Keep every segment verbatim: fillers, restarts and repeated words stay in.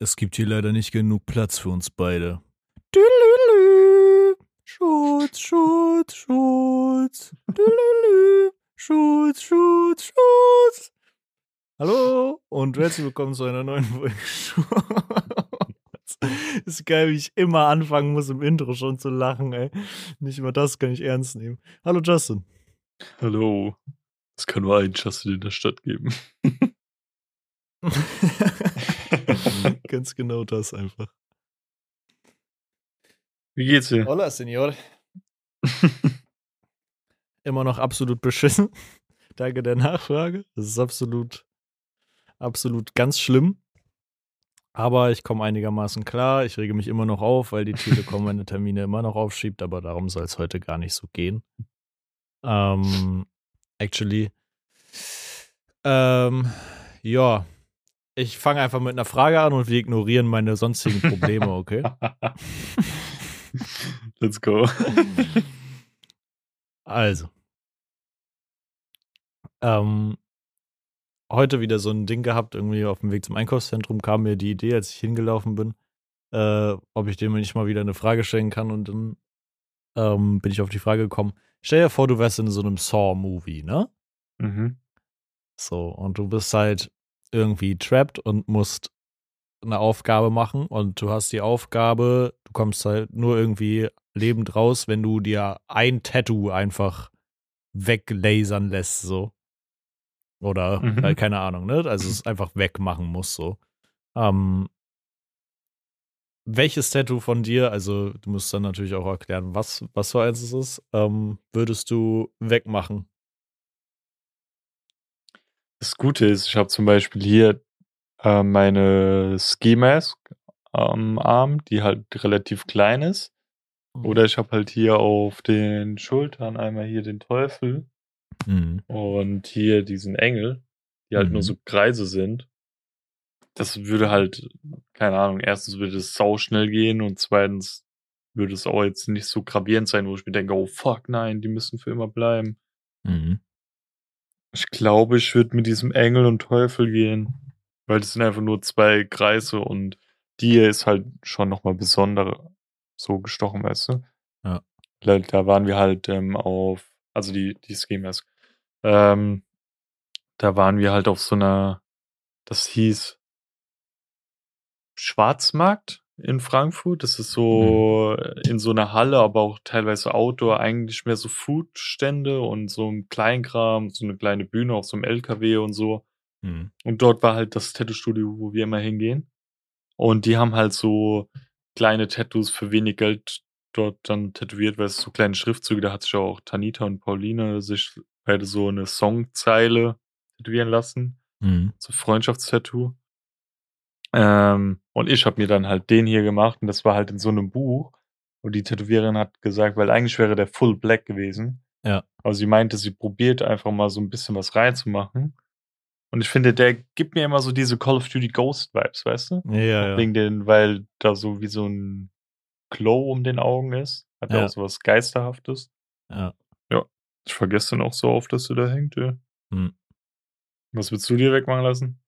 Es gibt hier leider nicht genug Platz für uns beide. Tüdelü. Schutz, Schutz, Schutz. Tüdelü. Schutz, Schutz, Schutz. Hallo und herzlich willkommen zu einer neuen Folge. Ist geil, wie ich immer anfangen muss, im Intro schon zu lachen, ey. Nicht mal das kann ich ernst nehmen. Hallo Justin. Hallo. Es kann nur einen Justin in der Stadt geben. Ganz genau das einfach. Wie geht's dir? Hola, Senor. Immer noch absolut beschissen. Danke der Nachfrage. Das ist absolut, absolut ganz schlimm. Aber ich komme einigermaßen klar. Ich rege mich immer noch auf, weil die Telekom meine Termine immer noch aufschiebt. Aber darum soll es heute gar nicht so gehen. Ähm, actually. Ähm, ja. Ich fange einfach mit einer Frage an und wir ignorieren meine sonstigen Probleme, okay? Let's go. Also. Ähm, heute wieder so ein Ding gehabt, irgendwie auf dem Weg zum Einkaufszentrum kam mir die Idee, als ich hingelaufen bin, äh, ob ich dem nicht mal wieder eine Frage stellen kann und dann ähm, bin ich auf die Frage gekommen, stell dir vor, du wärst in so einem Saw-Movie, ne? Mhm. So, und du bist halt irgendwie trapped und musst eine Aufgabe machen und du hast die Aufgabe, du kommst halt nur irgendwie lebend raus, wenn du dir ein Tattoo einfach weglasern lässt, so. Oder, Mhm. äh, keine Ahnung, ne? Also es einfach wegmachen muss, so. Ähm, welches Tattoo von dir, also du musst dann natürlich auch erklären, was, was für eins es ist, ähm, würdest du wegmachen? Das Gute ist, ich habe zum Beispiel hier äh, meine Ski Mask am Arm, die halt relativ klein ist. Oder ich habe halt hier auf den Schultern einmal hier den Teufel Mhm. und hier diesen Engel, die halt Mhm. nur so Kreise sind. Das würde halt, keine Ahnung, erstens würde es sau schnell gehen und zweitens würde es auch jetzt nicht so gravierend sein, wo ich mir denke, oh fuck, nein, die müssen für immer bleiben. Mhm. Ich glaube, ich würde mit diesem Engel und Teufel gehen, weil das sind einfach nur zwei Kreise und die hier ist halt schon nochmal besondere so gestochen, weißt du? Ja. Weil Da waren wir halt ähm, auf, also die, die Ski Mask, ähm, da waren wir halt auf so einer, das hieß Schwarzmarkt in Frankfurt. Das ist Mhm. so äh, in so einer Halle, aber auch teilweise Outdoor, eigentlich mehr so Foodstände und so ein Kleinkram, so eine kleine Bühne auf so einem L K W und so. Mhm. Und dort war halt das Tattoo-Studio, wo wir immer hingehen. Und die haben halt so kleine Tattoos für wenig Geld dort dann tätowiert, weil es so kleine Schriftzüge, da hat sich auch Tanita und Pauline sich beide so eine Songzeile tätowieren lassen. Mhm. So Freundschaftstattoo. Ähm, und ich habe mir dann halt den hier gemacht und das war halt in so einem Buch. Und die Tätowiererin hat gesagt, weil eigentlich wäre der Full Black gewesen. Ja. Aber sie meinte, sie probiert einfach mal so ein bisschen was reinzumachen. Und ich finde, der gibt mir immer so diese Call of Duty Ghost Vibes, weißt du? Ja, Auch ja. wegen den, weil da so wie so ein Glow um den Augen ist. Hat ja auch Ja. so was Geisterhaftes. Ja. Ja. Ich vergesse dann auch so oft, dass du da hängt, ja. Mhm. Was willst du dir wegmachen lassen?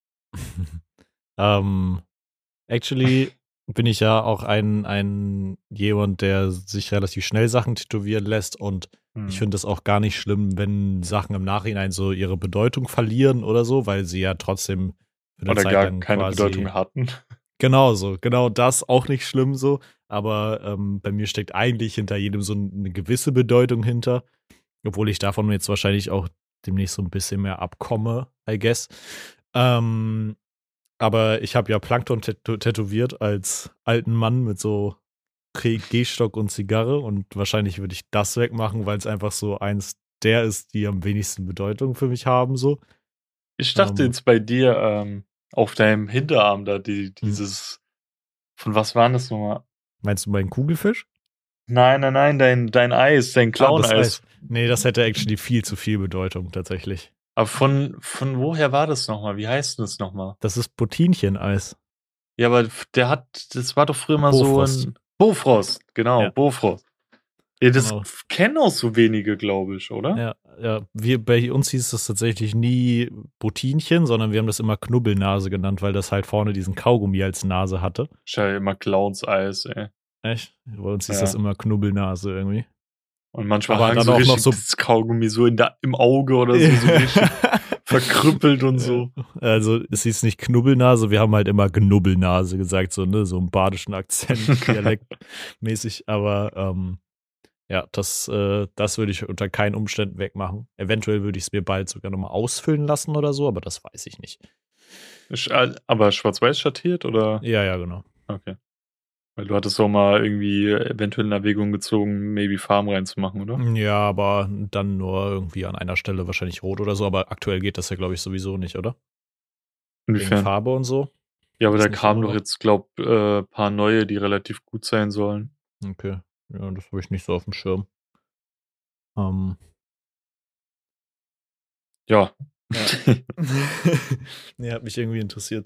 ähm, actually bin ich ja auch ein, ein jemand, der sich relativ schnell Sachen tätowieren lässt und ich Hm. finde es auch gar nicht schlimm, wenn Sachen im Nachhinein so ihre Bedeutung verlieren oder so, weil sie ja trotzdem für eine Oder Zeit gar lang keine quasi Bedeutung hatten. genau so, genau das auch nicht schlimm so, aber ähm, bei mir steckt eigentlich hinter jedem so eine gewisse Bedeutung hinter, obwohl ich davon jetzt wahrscheinlich auch demnächst so ein bisschen mehr abkomme, I guess. Ähm, aber ich habe ja Plankton tätow- tätowiert als alten Mann mit so Ge- Gehstock und Zigarre und wahrscheinlich würde ich das wegmachen, weil es einfach so eins der ist, die am wenigsten Bedeutung für mich haben, so. Ich dachte Ähm, jetzt bei dir ähm, auf deinem Hinterarm da, die, hm. dieses, von was war das nochmal? Meinst du meinen Kugelfisch? Nein, nein, nein, dein, dein Eis, dein Ah, das Clown-Eis. Eis. Nee, das hätte actually viel zu viel Bedeutung, tatsächlich. Aber von, von woher war das nochmal? Wie heißt denn das nochmal? Das ist Botinchen-Eis. Ja, aber f- der hat, das war doch früher mal so Bofrost. ein Bofrost, genau, Ja. Bofrost. Ja, das Genau. kennen auch so wenige, glaube ich, oder? Ja, ja. Wir, bei uns hieß das tatsächlich nie Botinchen, sondern wir haben das immer Knubbelnase genannt, weil das halt vorne diesen Kaugummi als Nase hatte. Ich habe immer Clown's-Eis, ey. Echt? Bei uns hieß Ja. das immer Knubbelnase irgendwie. Und manchmal Aber hang dann so auch noch richtig so- das Kaugummi so in der, im Auge oder so, so richtig verkrüppelt und so. Also es hieß nicht Knubbelnase, wir haben halt immer Knubbelnase gesagt, so, ne, so im badischen Akzent, dialektmäßig, aber ähm, ja, das, äh, das würde ich unter keinen Umständen wegmachen. Eventuell würde ich es mir bald sogar nochmal ausfüllen lassen oder so, aber das weiß ich nicht. Ist all- Aber schwarz-weiß schattiert oder? Ja, ja, genau. Okay. Weil du hattest doch mal irgendwie eventuell in Erwägung gezogen, maybe Farm reinzumachen, oder? Ja, aber dann nur irgendwie an einer Stelle wahrscheinlich rot oder so, aber aktuell geht das ja, glaube ich, sowieso nicht, oder? Wegen Inwiefern? Farbe und so. Ja, aber Ist da nicht kamen immer doch noch? jetzt, glaub, äh, paar neue, die relativ gut sein sollen. Okay. Ja, das habe ich nicht so auf dem Schirm. Ähm, Ja. nee, hat mich irgendwie interessiert.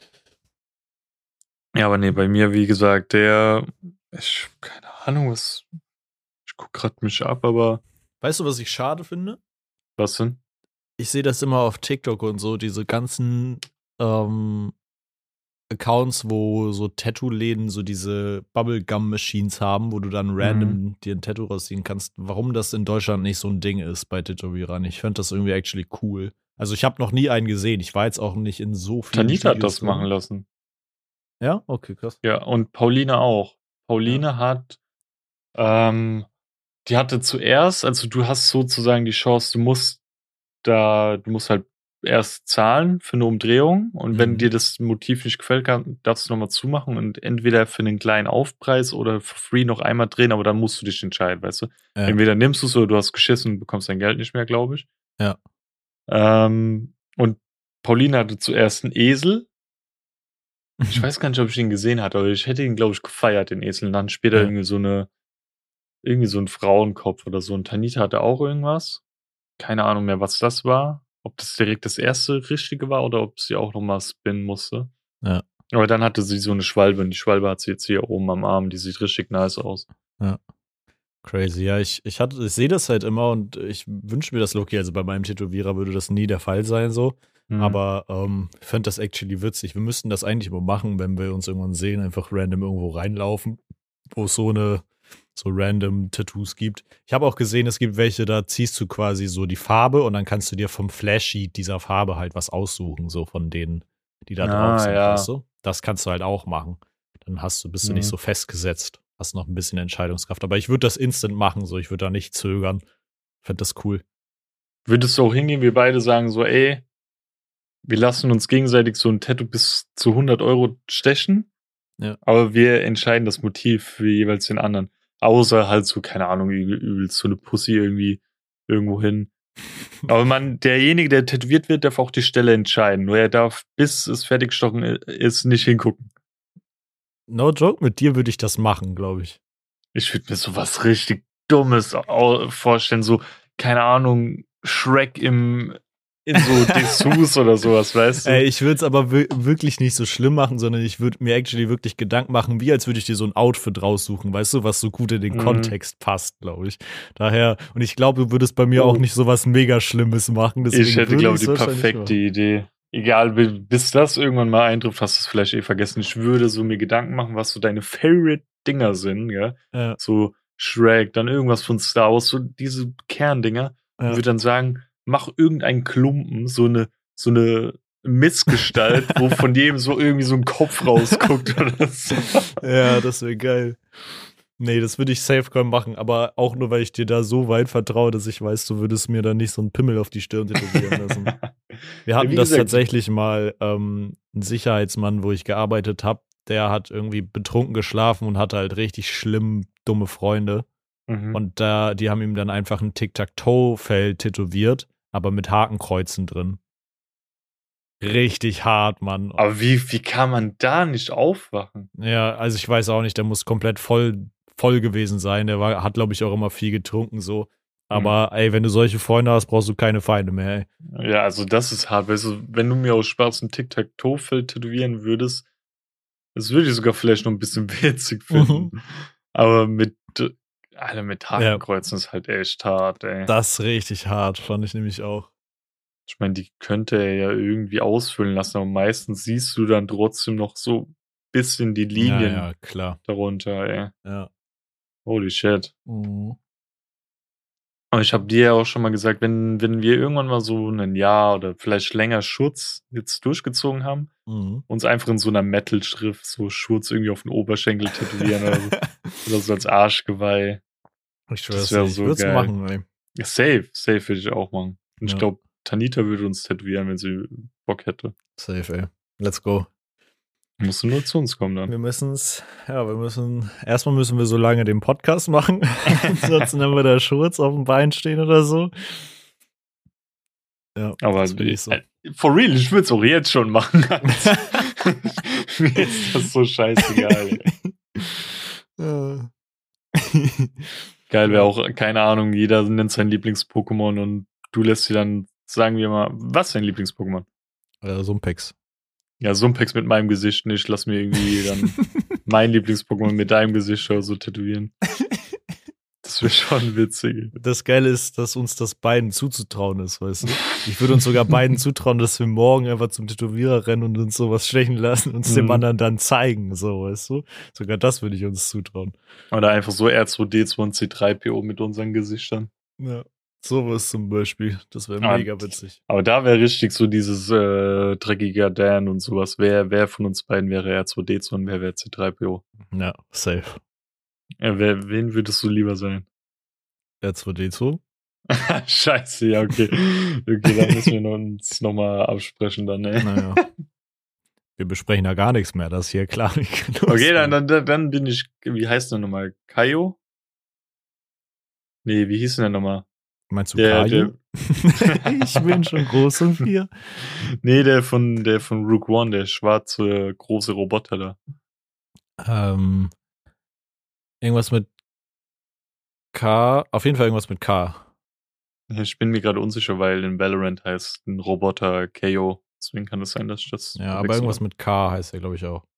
Ja, aber nee, bei mir, wie gesagt, der, ich, keine Ahnung, was, ich guck grad mich ab, aber Weißt du, was ich schade finde? was denn? Ich sehe das immer auf TikTok und so, diese ganzen ähm, Accounts, wo so Tattoo-Läden so diese Bubblegum-Machines haben, wo du dann random Mhm. dir ein Tattoo rausziehen kannst. Warum das in Deutschland nicht so ein Ding ist bei Tätowierern. Ich fände das irgendwie actually cool. Also ich habe noch nie einen gesehen. Ich war jetzt auch nicht in so vielen Tanita hat Studios das drin. machen lassen. Ja, okay, krass. Ja, und Pauline auch. Pauline hat, ähm, die hatte zuerst, also du hast sozusagen die Chance, du musst da, du musst halt erst zahlen für eine Umdrehung und wenn Mhm. dir das Motiv nicht gefällt, kann, darfst du nochmal zumachen und entweder für einen kleinen Aufpreis oder for free noch einmal drehen, aber dann musst du dich entscheiden, weißt du? Ja. Entweder nimmst du es oder du hast geschissen und bekommst dein Geld nicht mehr, glaube ich. Ja. Ähm, und Pauline hatte zuerst einen Esel. Ich weiß gar nicht, ob ich ihn gesehen hatte, aber ich hätte ihn, glaube ich, gefeiert, den Esel. Und dann später Ja. irgendwie so eine, irgendwie so ein Frauenkopf oder so. Und Tanita hatte auch irgendwas. Keine Ahnung mehr, was das war. Ob das direkt das erste Richtige war oder ob sie auch nochmal spinnen musste. Ja. Aber dann hatte sie so eine Schwalbe und die Schwalbe hat sie jetzt hier oben am Arm. Die sieht richtig nice aus. Crazy, ja, ich, ich, hatte- ich sehe das halt immer und ich wünsche mir das Loki. Also bei meinem Tätowierer würde das nie der Fall sein, so. Mhm. Aber ähm, ich fände das actually witzig. Wir müssten das eigentlich mal machen, wenn wir uns irgendwann sehen, einfach random irgendwo reinlaufen, wo es so eine, so random Tattoos gibt. Ich habe auch gesehen, es gibt welche, da ziehst du quasi so die Farbe und dann kannst du dir vom Flashsheet dieser Farbe halt was aussuchen, so von denen, die da Ah, drauf sind, ja. weißt du? Das kannst du halt auch machen. Dann hast du, bist du Mhm. nicht so festgesetzt. Hast noch ein bisschen Entscheidungskraft. Aber ich würde das instant machen, so. Ich würde da nicht zögern. Fände das cool. Würdest du auch hingehen, wir beide sagen so, ey, wir lassen uns gegenseitig so ein Tattoo bis zu hundert Euro stechen, Ja. aber wir entscheiden das Motiv für jeweils den anderen. Außer halt so, keine Ahnung, übel, übelst so eine Pussy irgendwie irgendwo hin. Aber man, derjenige, der tätowiert wird, darf auch die Stelle entscheiden. Nur er darf, bis es fertiggestochen i- ist, nicht hingucken. No joke, mit dir würde ich das machen, glaube ich. Ich würde mir so was richtig Dummes au- vorstellen, so, keine Ahnung, Shrek im, in so Dessous oder sowas, weißt du? Ey, ich würde es aber wir- wirklich nicht so schlimm machen, sondern ich würde mir actually wirklich Gedanken machen, wie als würde ich dir so ein Outfit raussuchen, weißt du, was so gut in den Mhm. Kontext passt, glaube ich. Daher, und ich glaube, du würdest bei mir Oh. auch nicht so was mega Schlimmes machen. Deswegen Ich hätte, würde glaube ich, ich's die wahrscheinlich perfekte Idee. Egal, bi- bis das irgendwann mal eintrifft, hast du es vielleicht eh vergessen. Ich würde so mir Gedanken machen, was so deine Favorite-Dinger sind, ja. machen. Ja, So Shrek, dann irgendwas von Star Wars, so diese Kerndinger. Und ja. würde dann sagen, mach irgendeinen Klumpen, so eine, so eine Missgestalt, wo von jedem so irgendwie so ein Kopf rausguckt oder so. Ja, das wäre geil. Nee, das würde ich safe machen, aber auch nur, weil ich dir da so weit vertraue, dass ich weiß, du würdest mir da nicht so einen Pimmel auf die Stirn tätowieren lassen. Wir hatten wie das gesagt- tatsächlich mal, ähm, ein Sicherheitsmann, wo ich gearbeitet habe, der hat irgendwie betrunken geschlafen und hatte halt richtig schlimm dumme Freunde. Mhm. Und da, die haben ihm dann einfach ein Tic-Tac-Toe-Feld tätowiert, aber mit Hakenkreuzen drin. Richtig hart, Mann. Aber wie, wie kann man da nicht aufwachen? Ja, also ich weiß auch nicht, der muss komplett voll, voll gewesen sein. Der war, hat, glaube ich, auch immer viel getrunken so. Aber ey, wenn du solche Freunde hast, brauchst du keine Feinde mehr, ey. Ja, also das ist hart. Weißt du, wenn du mir aus Spaß ein Tic-Tac-Toe-Feld tätowieren würdest, das würde ich sogar vielleicht noch ein bisschen witzig finden. Mhm. Aber mit, Alter, mit Ja. Hakenkreuzen ist halt echt hart, ey. Das ist richtig hart, fand ich nämlich auch. Ich meine, die könnte er ja irgendwie ausfüllen lassen, aber meistens siehst du dann trotzdem noch so ein bisschen die Ja, Linien ja, klar. darunter, ey. Ja. Holy shit. Mhm. Aber ich habe dir ja auch schon mal gesagt, wenn, wenn wir irgendwann mal so ein Jahr oder vielleicht länger Schurz jetzt durchgezogen haben, Mhm. uns einfach in so einer Metal-Schrift so Schurz irgendwie auf den Oberschenkel tätowieren oder so. Oder so als Arschgeweih. Ich Das schwör's wäre dir, ich so würde es geil. machen, ey. Ja, safe, safe würde ich auch machen. Und ich Ja. glaube, Tanita würde uns tätowieren, wenn sie Bock hätte. Safe, ey. Let's go. Musst du nur zu uns kommen dann. Wir müssen's, ja, wir müssen, erstmal müssen wir so lange den Podcast machen, ansonsten haben wir da Schurz auf dem Bein stehen oder so. Ja, Aber das bin ich so. äh, for real, ich würde es auch jetzt schon machen. Mir ist das so scheißegal. Ey. Ja. Geil wäre auch, keine Ahnung, jeder nennt sein Lieblings-Pokémon und du lässt sie dann, sagen wir mal, was ist dein Lieblings-Pokémon? Äh, Sumpex. Ja, Sumpex mit meinem Gesicht nicht. Lass mir irgendwie dann mein Lieblings-Pokémon mit deinem Gesicht oder so tätowieren. Das wäre schon witzig. Das Geile ist, dass uns das beiden zuzutrauen ist, weißt du? Ich würde uns sogar beiden zutrauen, dass wir morgen einfach zum Tätowierer rennen und uns sowas stechen lassen und es dem Mhm. anderen dann zeigen, so, weißt du? Sogar das würde ich uns zutrauen. Oder einfach so R zwei D zwei und C drei P O mit unseren Gesichtern. Ja. Sowas zum Beispiel. Das wäre Ah, mega witzig. Aber da wäre richtig so dieses äh, dreckiger Dan und sowas. Wer, wer von uns beiden wäre R zwei D zwei und wer wäre C drei P O? Ja, safe. Ja, wer, wen würdest du lieber sein? R zwei D zwei? Scheiße, ja, okay. Okay, dann müssen wir uns nochmal absprechen dann, ey. Naja. Wir besprechen da gar nichts mehr, das ist hier klar. Okay, dann, dann, dann- dann bin ich, wie heißt der nochmal? Kaio? Nee, wie hieß denn der nochmal? Meinst du Der, Kaio? der, Ich bin schon groß und vier. nee, der von, der von Rook One, der schwarze, große Roboter da. Ähm, irgendwas mit K. Auf jeden Fall irgendwas mit K. Ich bin mir gerade unsicher, weil in Valorant heißt ein Roboter K O. Deswegen kann es sein, dass ich das. Ja, aber irgendwas mit K heißt er, glaube ich, auch.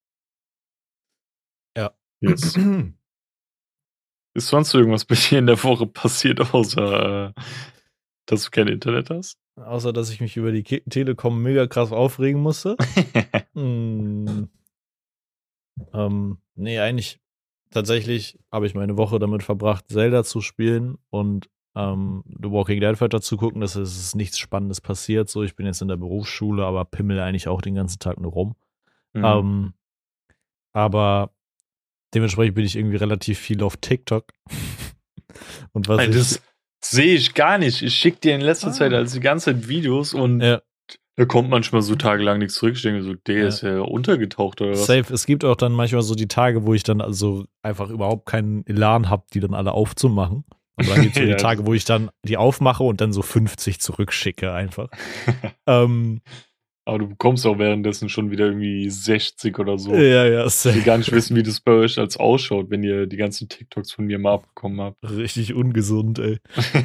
Ja. Yes. Ist sonst irgendwas bei dir in der Woche passiert, außer äh, dass du kein Internet hast? Außer, dass ich mich über die Ke Telekom mega krass aufregen musste. hm. ähm, nee, eigentlich tatsächlich habe ich meine Woche damit verbracht, Zelda zu spielen und ähm, The Walking Dead weiter zu gucken, dass es ist nichts Spannendes passiert. So, ich bin jetzt in der Berufsschule, aber pimmel eigentlich auch den ganzen Tag nur rum. Mhm. Ähm, aber dementsprechend bin ich irgendwie relativ viel auf TikTok. Und was Alter, ich, das sehe ich gar nicht. Ich schicke dir in letzter Ah. Zeit also die ganze Zeit Videos und ja, da kommt manchmal so tagelang nichts zurück. Ich denke so, der Ja. ist ja untergetaucht oder was? safe. Es gibt auch dann manchmal so die Tage, wo ich dann also einfach überhaupt keinen Elan habe, die dann alle aufzumachen. Und dann gibt es so die Ja. Tage, wo ich dann die aufmache und dann so fünfzig zurückschicke einfach. ähm, Aber du bekommst auch währenddessen schon wieder irgendwie sechzig oder so. ja, ja, Ich will safe. gar nicht wissen, wie das bei euch als ausschaut, wenn ihr die ganzen TikToks von mir mal abbekommen habt. Richtig ungesund, ey.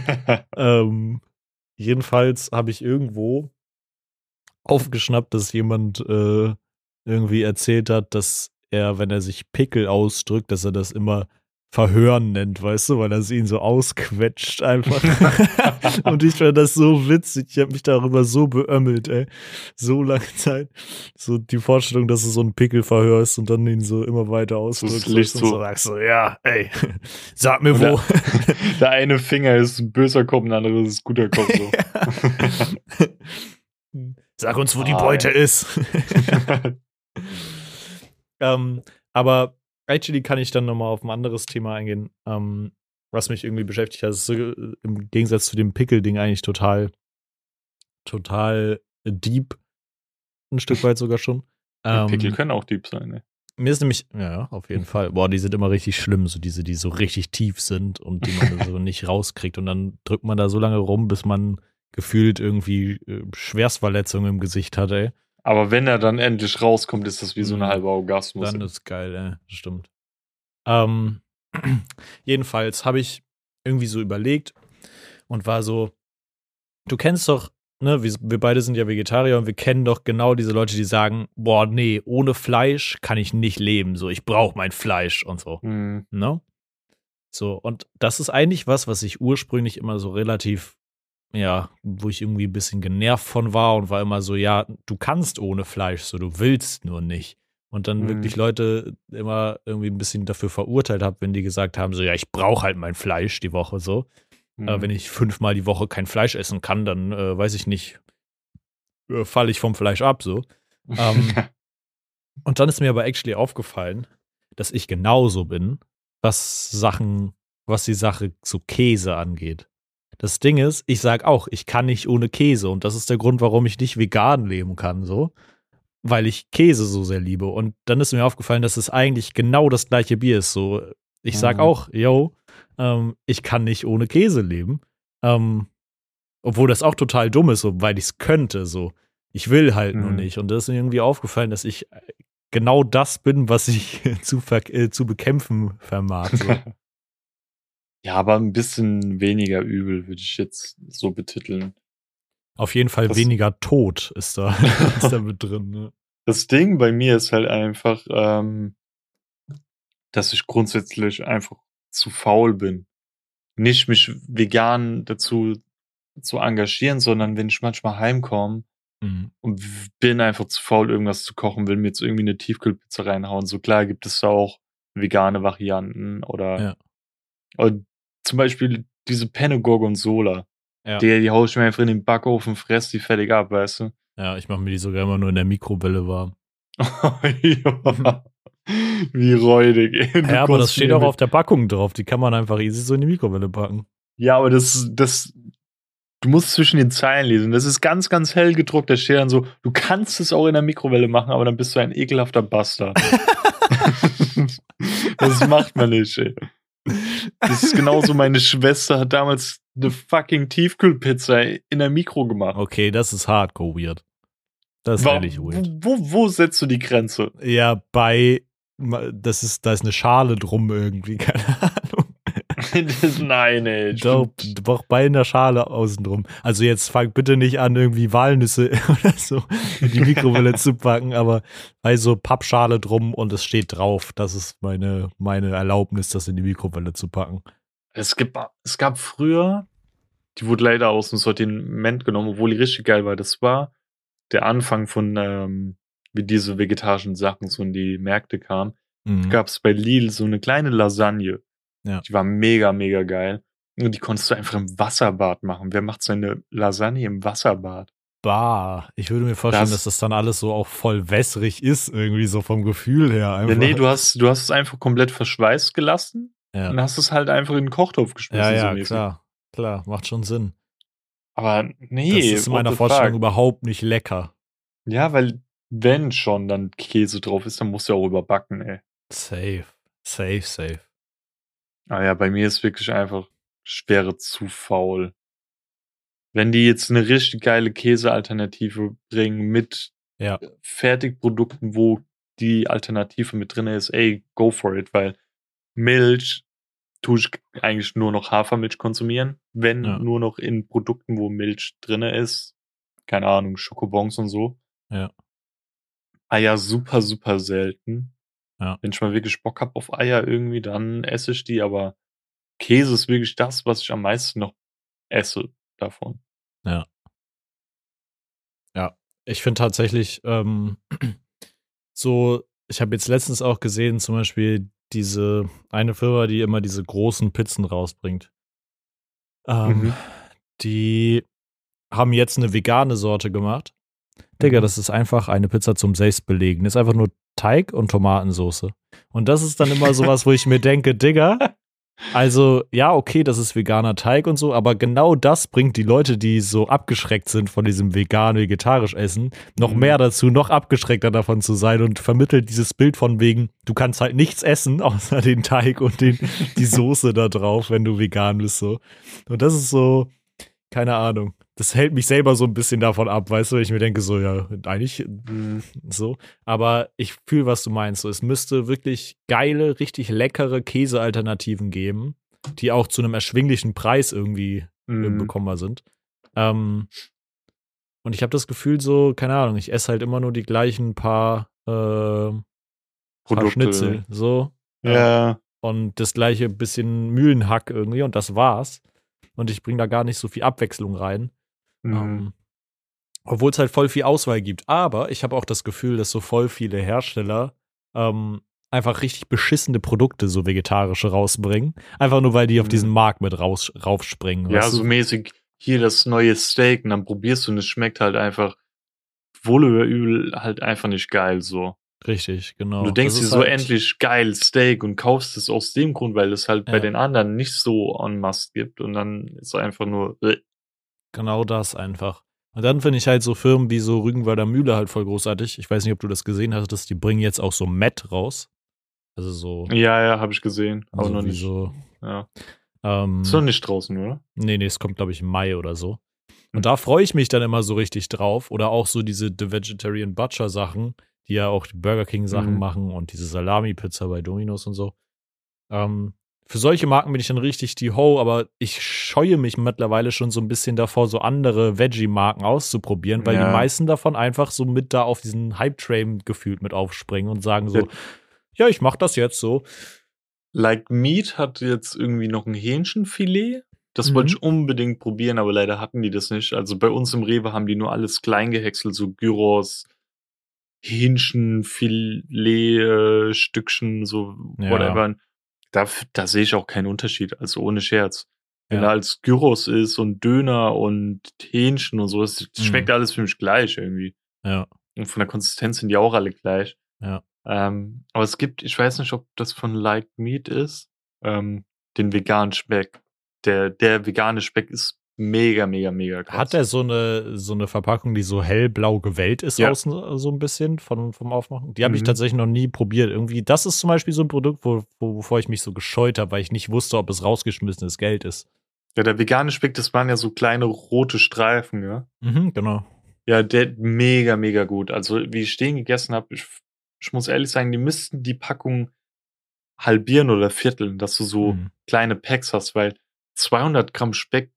Ähm, jedenfalls habe ich irgendwo aufgeschnappt, dass jemand äh, irgendwie erzählt hat, dass er, wenn er sich Pickel ausdrückt, dass er das immer Verhören nennt, weißt du, weil er ihn so ausquetscht einfach. Und ich fand das so witzig. Ich habe mich darüber so beömmelt, ey. So lange Zeit. So die Vorstellung, dass du so einen Pickel verhörst und dann ihn so immer weiter ausdrückst. das Licht und so- so sagst so, ja, ey, sag mir Oder- wo. Der eine Finger ist ein böser Kopf, ein anderes ist ein guter Kopf. So. Sag uns, wo die Ah, Beute ey. ist. ähm, aber actually kann ich dann nochmal auf ein anderes Thema eingehen, ähm, was mich irgendwie beschäftigt hat. Das ist so, äh, im Gegensatz zu dem Pickel-Ding eigentlich total, total deep. Ein Stück weit sogar schon. Ähm, Pickel können auch deep sein, ne? mir ist nämlich, ja, auf jeden Fall. Boah, die sind immer richtig schlimm, so diese, die so richtig tief sind und die man so nicht rauskriegt. Und dann drückt man da so lange rum, bis man gefühlt irgendwie äh, Schwerstverletzungen im Gesicht hat, ey. Aber wenn er dann endlich rauskommt, ist das wie so eine Mhm. halbe Orgasmus. Dann ist geil, ey. Das stimmt. Ähm, jedenfalls habe ich irgendwie so überlegt und war so, du kennst doch, ne, wir, wir beide sind ja Vegetarier und wir kennen doch genau diese Leute, die sagen, boah, nee, ohne Fleisch kann ich nicht leben, so, ich brauche mein Fleisch und so, Hm. ne? So, und das ist eigentlich was, was ich ursprünglich immer so relativ, ja, wo ich irgendwie ein bisschen genervt von war und war immer so, ja, du kannst ohne Fleisch, so, du willst nur nicht. Und dann Mhm. wirklich Leute immer irgendwie ein bisschen dafür verurteilt habe, wenn die gesagt haben, so, ja, ich brauche halt mein Fleisch die Woche, so. Mhm. Äh, wenn ich fünfmal die Woche kein Fleisch essen kann, dann äh, weiß ich nicht, äh, falle ich vom Fleisch ab, so. Ähm, und dann ist mir aber actually aufgefallen, dass ich genauso bin, was Sachen, was die Sache zu Käse angeht. Das Ding ist, ich sag auch, ich kann nicht ohne Käse und das ist der Grund, warum ich nicht vegan leben kann, so, weil ich Käse so sehr liebe. Und dann ist mir aufgefallen, dass es eigentlich genau das gleiche Bier ist. So, ich sag Mhm. auch, yo, ähm, ich kann nicht ohne Käse leben, ähm, obwohl das auch total dumm ist, so, weil ich es könnte, so. Ich will halt nur Mhm. nicht. Und da ist mir irgendwie aufgefallen, dass ich genau das bin, was ich zu, ver äh, zu bekämpfen vermag. So. Ja, aber ein bisschen weniger übel, würde ich jetzt so betiteln. Auf jeden Fall Das- weniger Tod ist da, ist da mit drin. Ne? Das Ding bei mir ist halt einfach, ähm, dass ich grundsätzlich einfach zu faul bin. Nicht mich vegan dazu zu engagieren, sondern wenn ich manchmal heimkomme Mhm. und w- bin einfach zu faul, irgendwas zu kochen, will mir jetzt irgendwie eine Tiefkühlpizza reinhauen. So klar gibt es da auch vegane Varianten oder, Ja. oder zum Beispiel diese Penne Gorgonzola. Ja. Die, die hau ich mir einfach in den Backofen, fress die fertig ab, weißt du? Ja, ich mache mir die sogar immer nur in der Mikrowelle warm. Ja. Wie räudig. ey. Du Ja, aber das kommst steht mir auch mit- auf der Packung drauf. Die kann man einfach easy so in die Mikrowelle packen. Ja, aber das, das, du musst zwischen den Zeilen lesen. Das ist ganz, ganz hell gedruckt. Da steht dann so, du kannst es auch in der Mikrowelle machen, aber dann bist du ein ekelhafter Bastard. Das macht man nicht, ey. Das ist genauso, meine Schwester hat damals eine fucking Tiefkühlpizza in der Mikro gemacht. Okay, das ist hardcore weird. Das ist Wa- ehrlich weird. Wo, wo, wo setzt du die Grenze? Ja, bei, das ist, da ist eine Schale drum irgendwie, keine Ahnung. Nein, ey. ich Doch, find- doch bei einer Schale außen drum. Also jetzt fang bitte nicht an, irgendwie Walnüsse oder so in die Mikrowelle zu packen, aber bei so Pappschale drum und es steht drauf, das ist meine, meine Erlaubnis, das in die Mikrowelle zu packen. Es, gibt, es gab früher, die wurde leider aus dem Sortiment genommen, obwohl die richtig geil war. Das war der Anfang von, ähm, wie diese vegetarischen Sachen so in die Märkte kamen. Mhm. Gab es bei Lidl so eine kleine Lasagne. Ja. Die war mega, mega geil. Und die konntest du einfach im Wasserbad machen. Wer macht so eine Lasagne im Wasserbad? Bah, ich würde mir vorstellen, Das- dass das dann alles so auch voll wässrig ist, irgendwie so vom Gefühl her. Ja, Einfach. nee, du hast, du hast es einfach komplett verschweißt gelassen ja. und hast es halt einfach in den Kochtopf geschmissen. Ja, so ja, mäßig. klar, klar, macht schon Sinn. Aber nee, Das ist in what meiner the Vorstellung fuck? überhaupt nicht lecker. Ja, weil wenn schon dann Käse drauf ist, dann musst du auch überbacken, ey. Safe, safe, safe. Ah ja, bei mir ist wirklich einfach schwere zu faul. Wenn die jetzt eine richtig geile Käsealternative bringen mit Ja, Fertigprodukten, wo die Alternative mit drin ist, ey, go for it, weil Milch tue ich eigentlich nur noch Hafermilch konsumieren, wenn Ja. nur noch in Produkten, wo Milch drin ist. Keine Ahnung, Schokobons und so. Ja. Eier super, super selten. Ja. Wenn ich mal wirklich Bock habe auf Eier irgendwie, dann esse ich die, aber Käse ist wirklich das, was ich am meisten noch esse davon. Ja. Ja, ich finde tatsächlich ähm, so, ich habe jetzt letztens auch gesehen, zum Beispiel diese eine Firma, die immer diese großen Pizzen rausbringt. Ähm, Mhm. Die haben jetzt eine vegane Sorte gemacht. Digga, Mhm. das ist einfach eine Pizza zum Selbstbelegen. Das ist einfach nur Teig und Tomatensauce. Und das ist dann immer sowas, wo ich mir denke, Digga, also ja, okay, das ist veganer Teig und so, aber genau das bringt die Leute, die so abgeschreckt sind von diesem vegan-vegetarisch Essen, noch Mhm. mehr dazu, noch abgeschreckter davon zu sein und vermittelt dieses Bild von wegen, du kannst halt nichts essen, außer den Teig und den, die Soße da drauf, wenn du vegan bist, so. Und das ist so, keine Ahnung. Das hält mich selber so ein bisschen davon ab, weißt du, ich mir denke so, ja, eigentlich Mhm. so. Aber ich fühle, was du meinst. So, es müsste wirklich geile, richtig leckere Käsealternativen geben, die auch zu einem erschwinglichen Preis irgendwie äh, Mhm. bekommbar sind. Ähm, und ich habe das Gefühl so, keine Ahnung, ich esse halt immer nur die gleichen paar, äh, paar Produkte. Schnitzel. So. Ja. und das gleiche bisschen Mühlenhack irgendwie und das war's. Und ich bringe da gar nicht so viel Abwechslung rein. Mhm. Ähm, obwohl es halt voll viel Auswahl gibt. Aber ich habe auch das Gefühl, dass so voll viele Hersteller ähm, einfach richtig beschissene Produkte, so vegetarische, rausbringen. Einfach nur, weil die auf Mhm. diesen Markt mit raus, raufspringen. Ja, weißt so du? mäßig hier das neue Steak und dann probierst du und es schmeckt halt einfach wohl oder übel halt einfach nicht geil so. Richtig, genau. Und du denkst Das dir ist so halt, endlich geil Steak und kaufst es aus dem Grund, weil es halt bei Ja. den anderen nicht so en masse gibt und dann ist einfach nur äh. Genau das einfach. Und dann finde ich halt so Firmen wie so Rügenwalder Mühle halt voll großartig. Ich weiß nicht, ob du das gesehen hast, die bringen jetzt auch so Matt raus. Also so, Ja, ja, habe ich gesehen, aber also noch wie nicht. so, Ja. ähm, Ist noch nicht draußen, oder? nee, nee, es kommt, glaube ich, im Mai oder so. Und Hm. da freue ich mich dann immer so richtig drauf. Oder auch so diese The Vegetarian Butcher Sachen, die ja auch die Burger King Sachen Mhm. machen und diese Salami-Pizza bei Domino's und so. Ähm, für solche Marken bin ich dann richtig die Ho, aber ich scheue mich mittlerweile schon so ein bisschen davor, so andere Veggie-Marken auszuprobieren, weil Ja. die meisten davon einfach so mit da auf diesen Hype-Train gefühlt mit aufspringen und sagen so, Ja. ja, ich mach das jetzt so. Like Meat hat jetzt irgendwie noch ein Hähnchenfilet. Das wollte Mhm. ich unbedingt probieren, aber leider hatten die das nicht. Also bei uns im Rewe haben die nur alles klein gehäckselt, so Gyros, Hähnchenfilet, äh, Stückchen, so Ja. whatever. Da, da sehe ich auch keinen Unterschied, also ohne Scherz. Wenn Ja. da als Gyros ist und Döner und Hähnchen und so, es schmeckt Mhm. alles für mich gleich irgendwie. Ja. Und von der Konsistenz sind die auch alle gleich. Ja. Ähm, aber es gibt, ich weiß nicht, ob das von Like Meat ist, ähm, den veganen Speck. Der, der vegane Speck ist mega, mega, mega krass. Hat der so eine, so eine Verpackung, die so hellblau gewellt ist Ja. außen so ein bisschen von, vom Aufmachen? Die habe ich Mhm. tatsächlich noch nie probiert. Irgendwie, das ist zum Beispiel so ein Produkt, wo, wo, wovor ich mich so gescheut habe, weil ich nicht wusste, ob es rausgeschmissenes Geld ist. Ja, der vegane Speck, das waren ja so kleine rote Streifen, ja. Mhm, genau. Ja, der mega, mega gut. Also, wie ich den gegessen habe, ich, ich muss ehrlich sagen, die müssten die Packung halbieren oder vierteln, dass du so Mhm. kleine Packs hast, weil zweihundert Gramm Speck,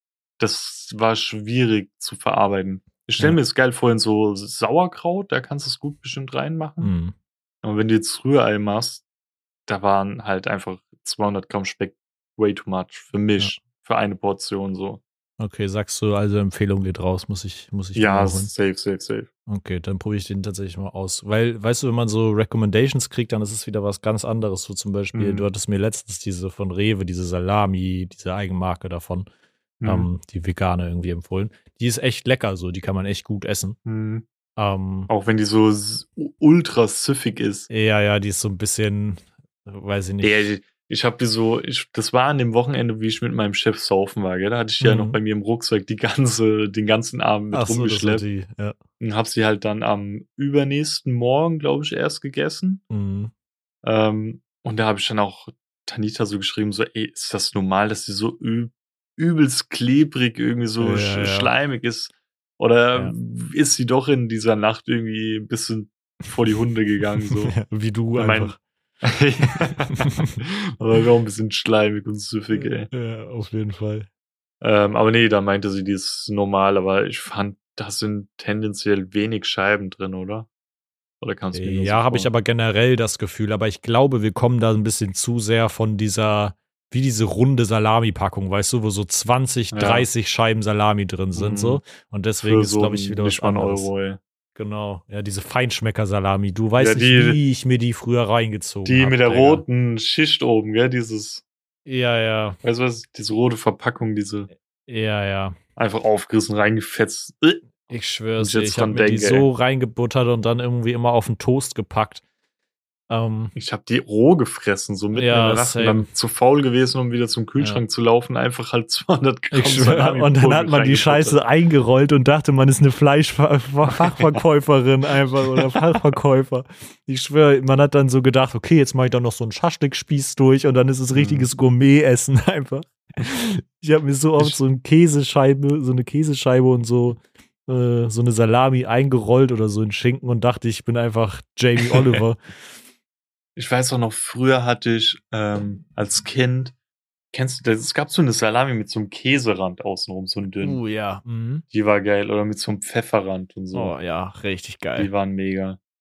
das war schwierig zu verarbeiten. Ich stelle Ja. mir das geil vor in so Sauerkraut, da kannst du es gut bestimmt reinmachen. Mhm. Aber wenn du jetzt Rührei machst, da waren halt einfach zweihundert Gramm Speck way too much für mich, für eine Portion so. Okay, sagst du, also Empfehlung geht raus, muss ich, muss ich mir Ja, mal holen. safe, safe, safe. Okay, dann probiere ich den tatsächlich mal aus. Weil, weißt du, wenn man so Recommendations kriegt, dann ist es wieder was ganz anderes. So zum Beispiel, Mhm. du hattest mir letztens diese von Rewe, diese Salami, diese Eigenmarke davon, Mhm. ähm, die vegane irgendwie empfohlen. Die ist echt lecker, so, die kann man echt gut essen. Mhm. Ähm, Auch wenn die so s- ultra süffig ist. ja, ja, die ist so ein bisschen, weiß ich nicht. Ja, ich ich habe die so, ich, das war an dem Wochenende, wie ich mit meinem Chef saufen war, gell? Da hatte ich die ja noch Mhm. bei mir im Rucksack die ganze, den ganzen Abend mit Ach so, das war rumgeschleppt. die, ja. Und hab sie halt dann am übernächsten Morgen, glaube ich, erst gegessen. Mhm. Ähm, und da habe ich dann auch Tanita so geschrieben, so, ey, ist das normal, dass die so üb übelst klebrig, irgendwie so Ja, sch ja. schleimig ist? Oder Ja. ist sie doch in dieser Nacht irgendwie ein bisschen vor die Hunde gegangen, so? Ja, wie du Und mein- einfach. Aber war auch ein bisschen schleimig und süffig, ey. Ja, auf jeden Fall. Ähm, aber nee, da meinte sie, die ist normal, aber ich fand, da sind tendenziell wenig Scheiben drin, oder? Oder kannst du mir nur so Ja, habe ich vor? aber generell das Gefühl. Aber ich glaube, wir kommen da ein bisschen zu sehr von dieser, wie diese runde Salami-Packung, weißt du, wo so zwanzig, Ja. dreißig Scheiben Salami drin sind, Mhm. so. Und deswegen Für ist, so glaube ich, wieder was nicht mal einen anderes. Euro, ey. Genau. Ja, diese Feinschmecker-Salami. Du weißt Ja, nicht, die- wie ich mir die früher reingezogen habe. Die mit der roten Schicht oben, gell? Dieses, Ja, ja. weißt du was? Diese rote Verpackung, diese Ja, ja. einfach aufgerissen, reingefetzt. Äh, Ich schwör's Wenn dir, ich jetzt ich habe dran mir die denke, so reingebuttert und dann irgendwie immer auf den Toast gepackt. Ähm, Ich habe die roh gefressen, so mitten Ja, in der Nacht same. und dann zu faul gewesen, um wieder zum Kühlschrank zu laufen, einfach halt zweihundert Gramm ich schwör, Salami und dann pur hat man die reingebuttert. Scheiße eingerollt und dachte, man ist eine Fleischfachverkäuferin einfach oder Fachverkäufer. Ich schwöre, man hat dann so gedacht, okay, jetzt mache ich da noch so einen Schaschlikspieß durch und dann ist es richtiges Gourmet-Essen einfach. Ich habe mir so oft Ich- so eine Käsescheibe, so eine Käsescheibe und so äh, so eine Salami eingerollt oder so in Schinken und dachte, ich bin einfach Jamie Oliver. Ich weiß auch noch, früher hatte ich ähm, als Kind, kennst du das? Es gab so eine Salami mit so einem Käserand außenrum, so ein dünn. Uh, ja. Mhm. Die war geil. Oder mit so einem Pfefferrand und so. Oh ja, richtig Die geil. waren mega. Ja.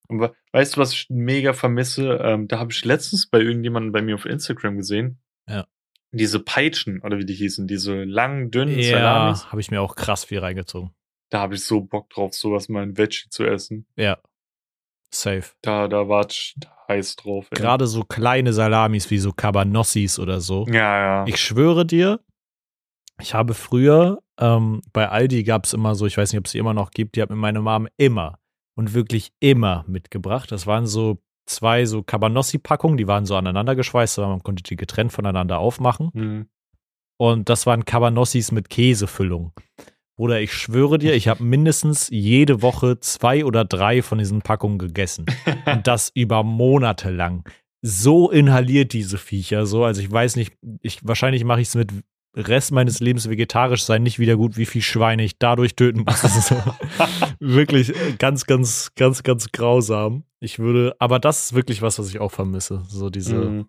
Und we weißt du, was ich mega vermisse? Ähm, da habe ich letztens bei irgendjemandem bei mir auf Instagram gesehen. Ja. Diese Peitschen oder wie die hießen, diese langen, dünnen Salamis. Ja, habe ich mir auch krass viel reingezogen. Da habe ich so Bock drauf, sowas mal in Veggie zu essen. Ja, safe. Da da war ich heiß drauf, ey. Gerade so kleine Salamis wie so Cabanossis oder so. Ja, ja. Ich schwöre dir, ich habe früher, ähm, bei Aldi gab es immer so, ich weiß nicht, ob es die immer noch gibt, die hat mir meine Mom immer und wirklich immer mitgebracht. Das waren so zwei so Cabanossi-Packungen, die waren so aneinander geschweißt, aber man konnte die getrennt voneinander aufmachen. Mhm. Und das waren Cabanossis mit Käsefüllung. Bruder, ich schwöre dir, ich habe mindestens jede Woche zwei oder drei von diesen Packungen gegessen. Und das über Monate lang. So inhaliert diese Viecher so. Also ich weiß nicht, ich, wahrscheinlich mache ich es mit Rest meines Lebens vegetarisch sein nicht wieder gut, wie viel Schweine ich dadurch töten muss. Das ist wirklich ganz, ganz, ganz, ganz grausam. Ich würde, aber das ist wirklich was, was ich auch vermisse. So diese, Mhm.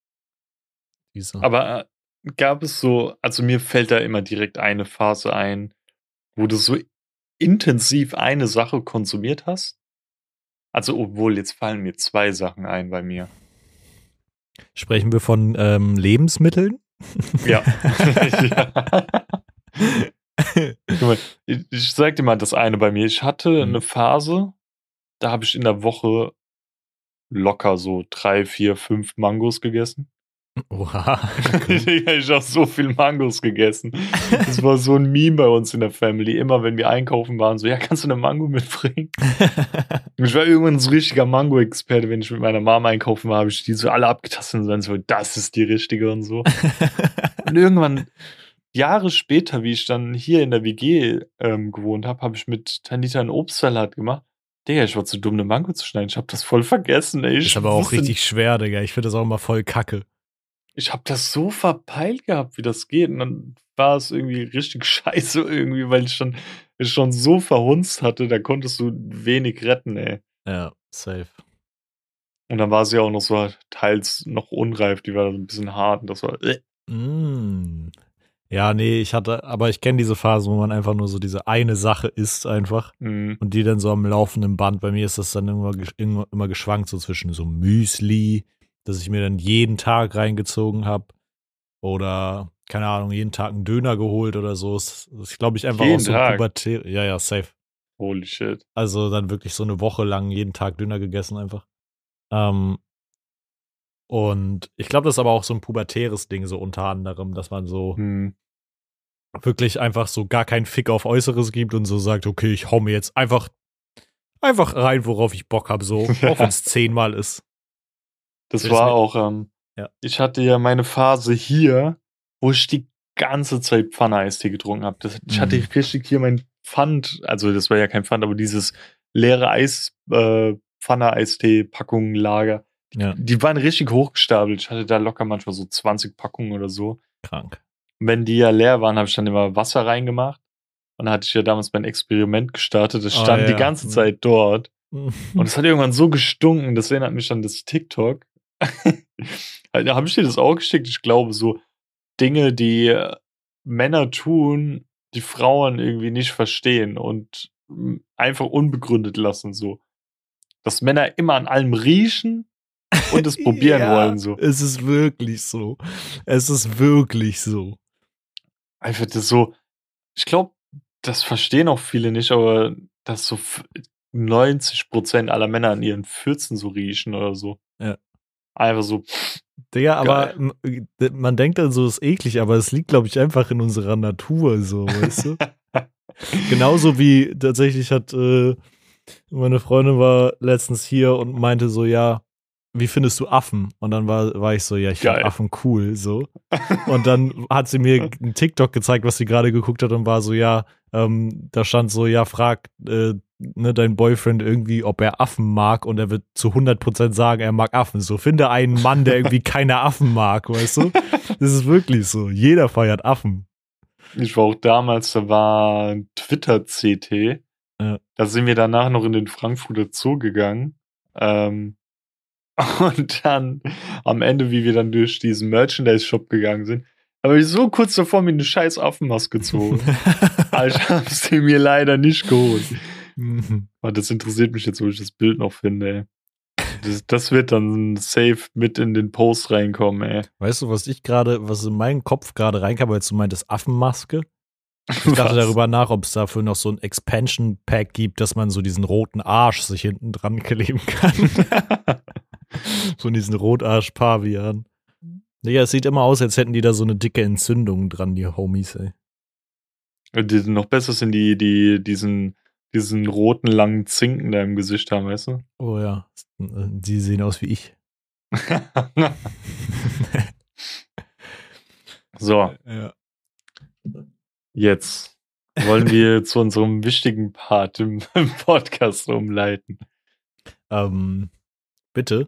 diese. Aber äh, gab es so, also mir fällt da immer direkt eine Phase ein, wo du so intensiv eine Sache konsumiert hast? Also, obwohl, jetzt fallen mir zwei Sachen ein bei mir. Sprechen wir von ähm, Lebensmitteln? Ja. ja. Guck mal, ich, ich sag dir mal das eine bei mir. Ich hatte Mhm. eine Phase, da habe ich in der Woche locker so drei, vier, fünf Mangos gegessen. Oha. Ja, ich habe so viel Mangos gegessen. Das war so ein Meme bei uns in der Family. Immer wenn wir einkaufen waren, so, ja, kannst du eine Mango mitbringen? Und ich war irgendwann so ein richtiger Mango-Experte. Wenn ich mit meiner Mama einkaufen war, habe ich die so alle abgetastet und dann so, das ist die richtige und so. Und irgendwann, Jahre später, wie ich dann hier in der W G ähm, gewohnt habe, habe ich mit Tanita einen Obstsalat gemacht. Digga, ich war zu dumm, eine Mango zu schneiden. Ich habe das voll vergessen, ey. Ich Ist aber auch wusste- richtig schwer, Digga. Ich finde das auch immer voll kacke. Ich habe das so verpeilt gehabt, wie das geht. Und dann war es irgendwie richtig scheiße irgendwie, weil ich schon, ich schon so verhunzt hatte, da konntest du wenig retten, ey. Ja, safe. Und dann war sie auch noch so teils noch unreif, die war so ein bisschen hart und das war. Äh. Mm. Ja, nee, ich hatte, aber ich kenne diese Phase, wo man einfach nur so diese eine Sache isst einfach Mhm. und die dann so am laufenden Band. Bei mir ist das dann immer, gesch- immer, immer geschwankt, so zwischen so Müsli, das ich mir dann jeden Tag reingezogen habe oder, keine Ahnung, jeden Tag einen Döner geholt oder so. Das ist, glaube ich, einfach Jeden auch so Tag? Pubertät. Ja, ja, safe. Holy shit. Also dann wirklich so eine Woche lang jeden Tag Döner gegessen einfach. Ähm, und ich glaube, das ist aber auch so ein pubertäres Ding, so unter anderem, dass man so Hm. wirklich einfach so gar keinen Fick auf Äußeres gibt und so sagt, okay, ich hau mir jetzt einfach, einfach rein, worauf ich Bock habe, so, auch wenn es zehnmal ist. Das Das war mir- auch, ähm, Ja. ich hatte ja meine Phase hier, wo ich die ganze Zeit Pfanne-Eistee getrunken habe. Das, ich hatte Mhm. richtig hier mein Pfand, also das war ja kein Pfand, aber dieses leere Eis, äh, Pfanne-Eistee-Packungen-Lager. Ja, Die waren richtig hochgestapelt. Ich hatte da locker manchmal so zwanzig Packungen oder so. krank. Und wenn die ja leer waren, habe ich dann immer Wasser reingemacht. Und dann hatte ich ja damals mein Experiment gestartet. Das Oh, stand die ja. ganze Mhm. Zeit dort. Und es hat irgendwann so gestunken, das erinnert mich an das TikTok. Da habe ich dir das auch geschickt. Ich glaube, so Dinge, die äh, Männer tun, die Frauen irgendwie nicht verstehen und mm, einfach unbegründet lassen, so. Dass Männer immer an allem riechen und es probieren Ja, wollen, so. Es ist wirklich so. Es ist wirklich so. Einfach das so, ich glaube, das verstehen auch viele nicht, aber dass so f- neunzig Prozent aller Männer an ihren Pfützen so riechen oder so. Ja. Einfach so, Digga, aber Geil. m- d- man denkt dann so, ist eklig, aber es liegt, glaube ich, einfach in unserer Natur, so, weißt du? Genauso wie tatsächlich hat äh, meine Freundin war letztens hier und meinte so, ja, wie findest du Affen? Und dann war, war ich so, ja, ich finde Geil. Affen cool, so. Und dann hat sie mir einen TikTok gezeigt, was sie gerade geguckt hat und war so, ja, ähm, da stand so, ja, frag äh, ne, dein Boyfriend irgendwie, ob er Affen mag und er wird zu hundert Prozent sagen, er mag Affen. So, finde einen Mann, der irgendwie keine Affen mag, weißt du? Das ist wirklich so. Jeder feiert Affen. Ich war auch damals, da war ein Twitter-C T. Ja. Da sind wir danach noch in den Frankfurter Zoo gegangen. Ähm, und dann am Ende, wie wir dann durch diesen Merchandise-Shop gegangen sind, habe ich so kurz davor mir eine scheiß Affenmaske gezogen. Aber ich habe sie mir leider nicht geholt. Mhm. Aber das interessiert mich jetzt, wo ich das Bild noch finde, ey. Das, das wird dann safe mit in den Post reinkommen, ey. Weißt du, was ich gerade, was in meinen Kopf gerade reinkam, als du meintest Affenmaske? Ich dachte Was? darüber nach, ob es dafür noch so ein Expansion Pack gibt, dass man so diesen roten Arsch sich hinten dran kleben kann. Von diesen Rotarsch-Pavian. Digga, es sieht immer aus, als hätten die da so eine dicke Entzündung dran, die Homies, ey. Und die noch besser sind die, die diesen, diesen roten langen Zinken da im Gesicht haben, weißt du? Oh ja, die sehen aus wie ich. So, Ja. jetzt wollen wir zu unserem wichtigen Part im, im Podcast umleiten. Ähm, bitte.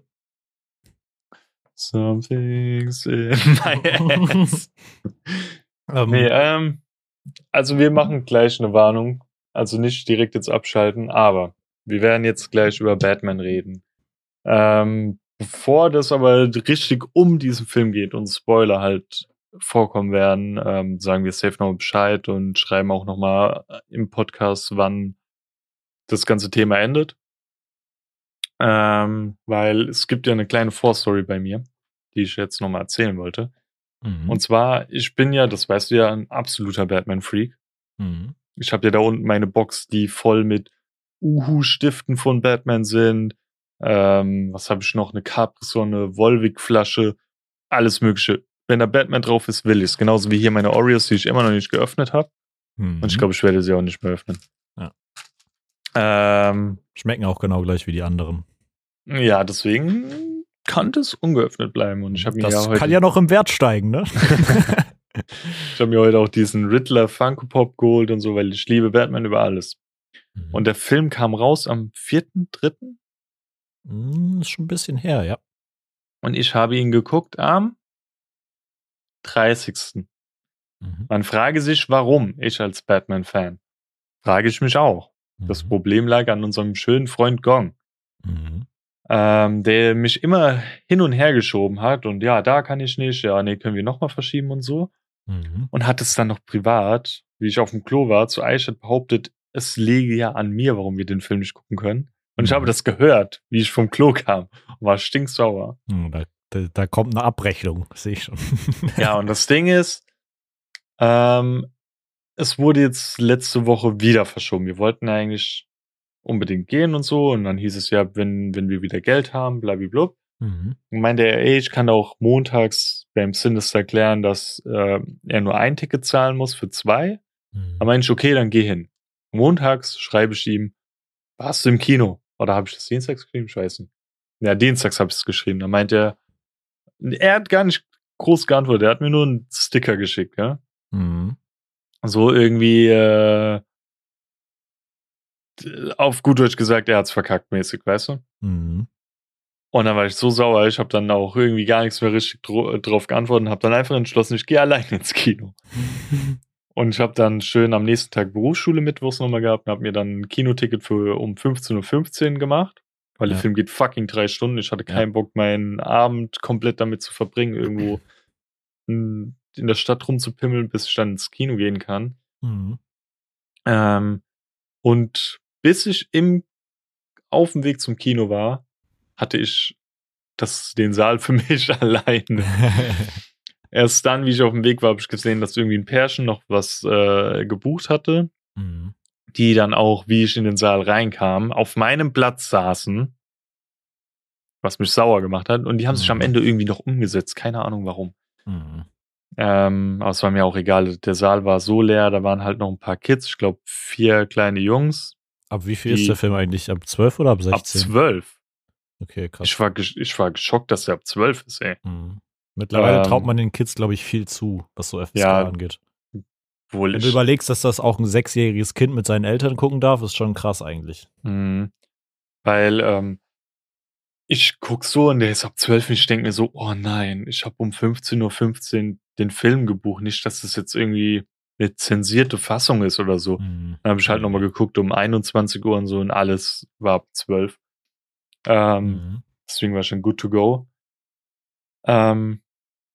Something's in my ass. Ähm, Nee, ähm, also wir machen gleich eine Warnung. Also nicht direkt jetzt abschalten, aber wir werden jetzt gleich über Batman reden. Ähm, bevor das aber richtig um diesen Film geht und Spoiler halt vorkommen werden, ähm, sagen wir safe noch Bescheid und schreiben auch nochmal im Podcast, wann das ganze Thema endet. Ähm, weil es gibt ja eine kleine Vorstory bei mir, die ich jetzt nochmal erzählen wollte. mhm. Und zwar, ich bin ja, das weißt du ja, ein absoluter Batman-Freak. Mhm. Ich habe ja da unten meine Box, die voll mit Uhu-Stiften von Batman sind. Ähm, was habe ich noch? Eine Capri-Sonne, Volvic-Flasche, alles Mögliche. Wenn da Batman drauf ist, will ich's. Genauso wie hier meine Oreos, die ich immer noch nicht geöffnet habe. Mhm. Und ich glaube, ich werde sie auch nicht mehr öffnen. Ja. Ähm, Schmecken auch genau gleich wie die anderen. ja, deswegen kann das ungeöffnet bleiben. Und ich habe mir Das ja heute kann ja noch im Wert steigen, ne? ich habe mir heute auch diesen Riddler Funko Pop geholt und so, weil ich liebe Batman über alles. Mhm. Und der Film kam raus am vierten dritten Mhm, ist schon ein bisschen her, ja. und ich habe ihn geguckt am dreißigsten Mhm. Man frage sich, warum ich als Batman-Fan. Frage ich mich auch. Das Mhm. Problem lag an unserem schönen Freund Gong, Mhm. ähm, der mich immer hin und her geschoben hat und ja, da kann ich nicht, ja, nee, können wir nochmal verschieben und so. Mhm. Und hat es dann noch privat, wie ich auf dem Klo war, zu Aishat behauptet, es liege ja an mir, warum wir den Film nicht gucken können. Und ich Mhm. habe das gehört, wie ich vom Klo kam und war stinksauer. Mhm, Da, da, da kommt eine Abrechnung, sehe ich schon. Ja, und das Ding ist, ähm, es wurde jetzt letzte Woche wieder verschoben. Wir wollten eigentlich unbedingt gehen und so. Und dann hieß es ja, wenn, wenn wir wieder Geld haben, blablabla. Mhm. Und meinte er, ey, ich kann auch montags beim Sinister erklären, dass äh, er nur ein Ticket zahlen muss für zwei. Mhm. Da meinte ich, okay, dann geh hin. Montags schreibe ich ihm, warst du im Kino? Oder habe ich das dienstags geschrieben? Ich weiß nicht. Ja, dienstags habe ich es geschrieben. Da meint er, er hat gar nicht groß geantwortet. Er hat mir nur einen Sticker geschickt, ja. Mhm. So irgendwie, äh, auf gut Deutsch gesagt, er hat's verkackt mäßig, weißt du? Mhm. Und dann war ich so sauer, ich habe dann auch irgendwie gar nichts mehr richtig dro- drauf geantwortet und habe dann einfach entschlossen, ich gehe allein ins Kino. Und ich habe dann schön am nächsten Tag Berufsschule mittwochs nochmal gehabt und habe mir dann ein Kinoticket für um fünfzehn Uhr fünfzehn gemacht, weil Ja. der Film geht fucking drei Stunden. Ich hatte Ja. keinen Bock, meinen Abend komplett damit zu verbringen, irgendwo in in der Stadt rumzupimmeln, bis ich dann ins Kino gehen kann. Mhm. Ähm, und bis ich im auf dem Weg zum Kino war, hatte ich das, den Saal für mich alleine. Erst dann, wie ich auf dem Weg war, habe ich gesehen, dass irgendwie ein Pärchen noch was äh, gebucht hatte, Mhm. die dann auch, wie ich in den Saal reinkam, auf meinem Platz saßen, was mich sauer gemacht hat. Und die haben sich am Mhm. Ende irgendwie noch umgesetzt. Keine Ahnung warum. Mhm. Ähm, aber es war mir auch egal. Der Saal war so leer, da waren halt noch ein paar Kids. Ich glaube, vier kleine Jungs. Ab wie viel Die- ist der Film eigentlich? Ab zwölf oder ab Ab sechzehn? zwölf. Okay, krass. Ich war, gesch- ich war geschockt, dass er ab zwölf ist, ey. Mhm. Mittlerweile Ähm, traut man den Kids, glaube ich, viel zu, was so F S K Ja, angeht. Wohl Wenn du ich. überlegst, dass das auch ein sechsjähriges Kind mit seinen Eltern gucken darf, ist schon krass eigentlich. Mhm. Weil ähm, ich guck so und der ist ab zwölf und ich denke mir so, oh nein, ich habe um fünfzehn Uhr fünfzehn den Film gebucht. Nicht, dass das jetzt irgendwie eine zensierte Fassung ist oder so. Mhm. Dann habe ich halt Nee, nochmal nee. geguckt um einundzwanzig Uhr und so und alles war ab zwölf. Ähm, Mhm. Deswegen war ich schon good to go. Ähm,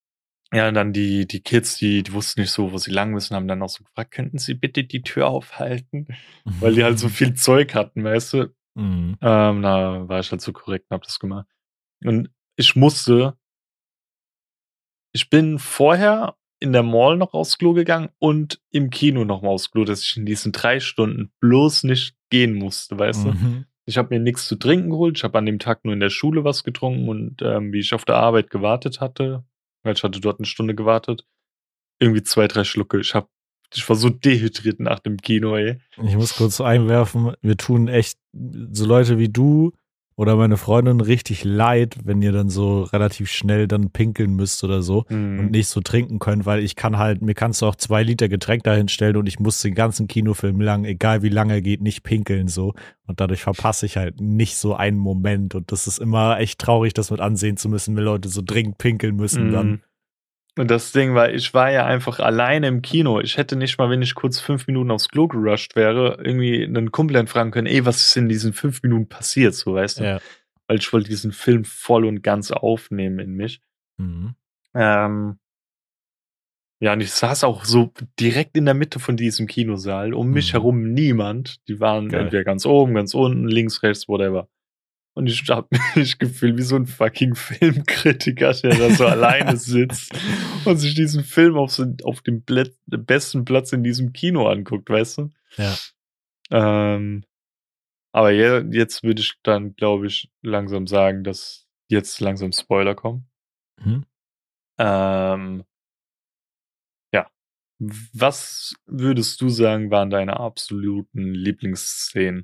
Ja, und dann die die Kids, die die wussten nicht so, wo sie lang müssen, haben dann auch so gefragt: „Könnten Sie bitte die Tür aufhalten?“ Weil die halt so viel Zeug hatten, weißt du? Mhm. Ähm, da war ich halt so korrekt und habe das gemacht. Und ich musste ich bin vorher in der Mall noch aufs Klo gegangen und im Kino noch mal aufs Klo, dass ich in diesen drei Stunden bloß nicht gehen musste, weißt du? Mhm. Ich habe mir nix zu trinken geholt. Ich habe an dem Tag nur in der Schule was getrunken und, ähm, wie ich auf der Arbeit gewartet hatte, weil ich hatte dort 'ne Stunde gewartet, irgendwie zwei, drei Schlucke. Ich habe ich war so dehydriert nach dem Kino, ey. Ich muss kurz einwerfen, wir tun echt so Leute wie du oder meine Freundin richtig leid, wenn ihr dann so relativ schnell dann pinkeln müsst oder so und Mhm. nicht so trinken könnt, weil ich kann halt, mir kannst du auch zwei Liter Getränk dahin stellen und ich muss den ganzen Kinofilm lang, egal wie lange er geht, nicht pinkeln so. Und dadurch verpasse ich halt nicht so einen Moment. Und das ist immer echt traurig, das mit ansehen zu müssen, wenn Leute so dringend pinkeln müssen dann. Mhm. Und das Ding war, ich war ja einfach alleine im Kino. Ich hätte nicht mal, wenn ich kurz fünf Minuten aufs Klo gerusht wäre, irgendwie 'nen Kumpel dann fragen können: „Ey, was ist in diesen fünf Minuten passiert?“ So, weißt du? Ja. Weil ich wollte diesen Film voll und ganz aufnehmen in mich. Mhm. Ähm ja, und ich saß auch so direkt in der Mitte von diesem Kinosaal, um mich Mhm. herum niemand. Die waren Geil. entweder ganz oben, ganz unten, links, rechts, whatever. Und ich habe mich gefühlt wie so 'n fucking Filmkritiker, der da so alleine sitzt und sich diesen Film auf so auf dem Plätz besten Platz in diesem Kino anguckt, weißt du? Ja. Ähm, aber je jetzt würde ich dann, glaube ich, langsam sagen, dass jetzt langsam Spoiler kommen. Mhm. Ähm ja. W was würdest du sagen, waren deine absoluten Lieblingsszenen?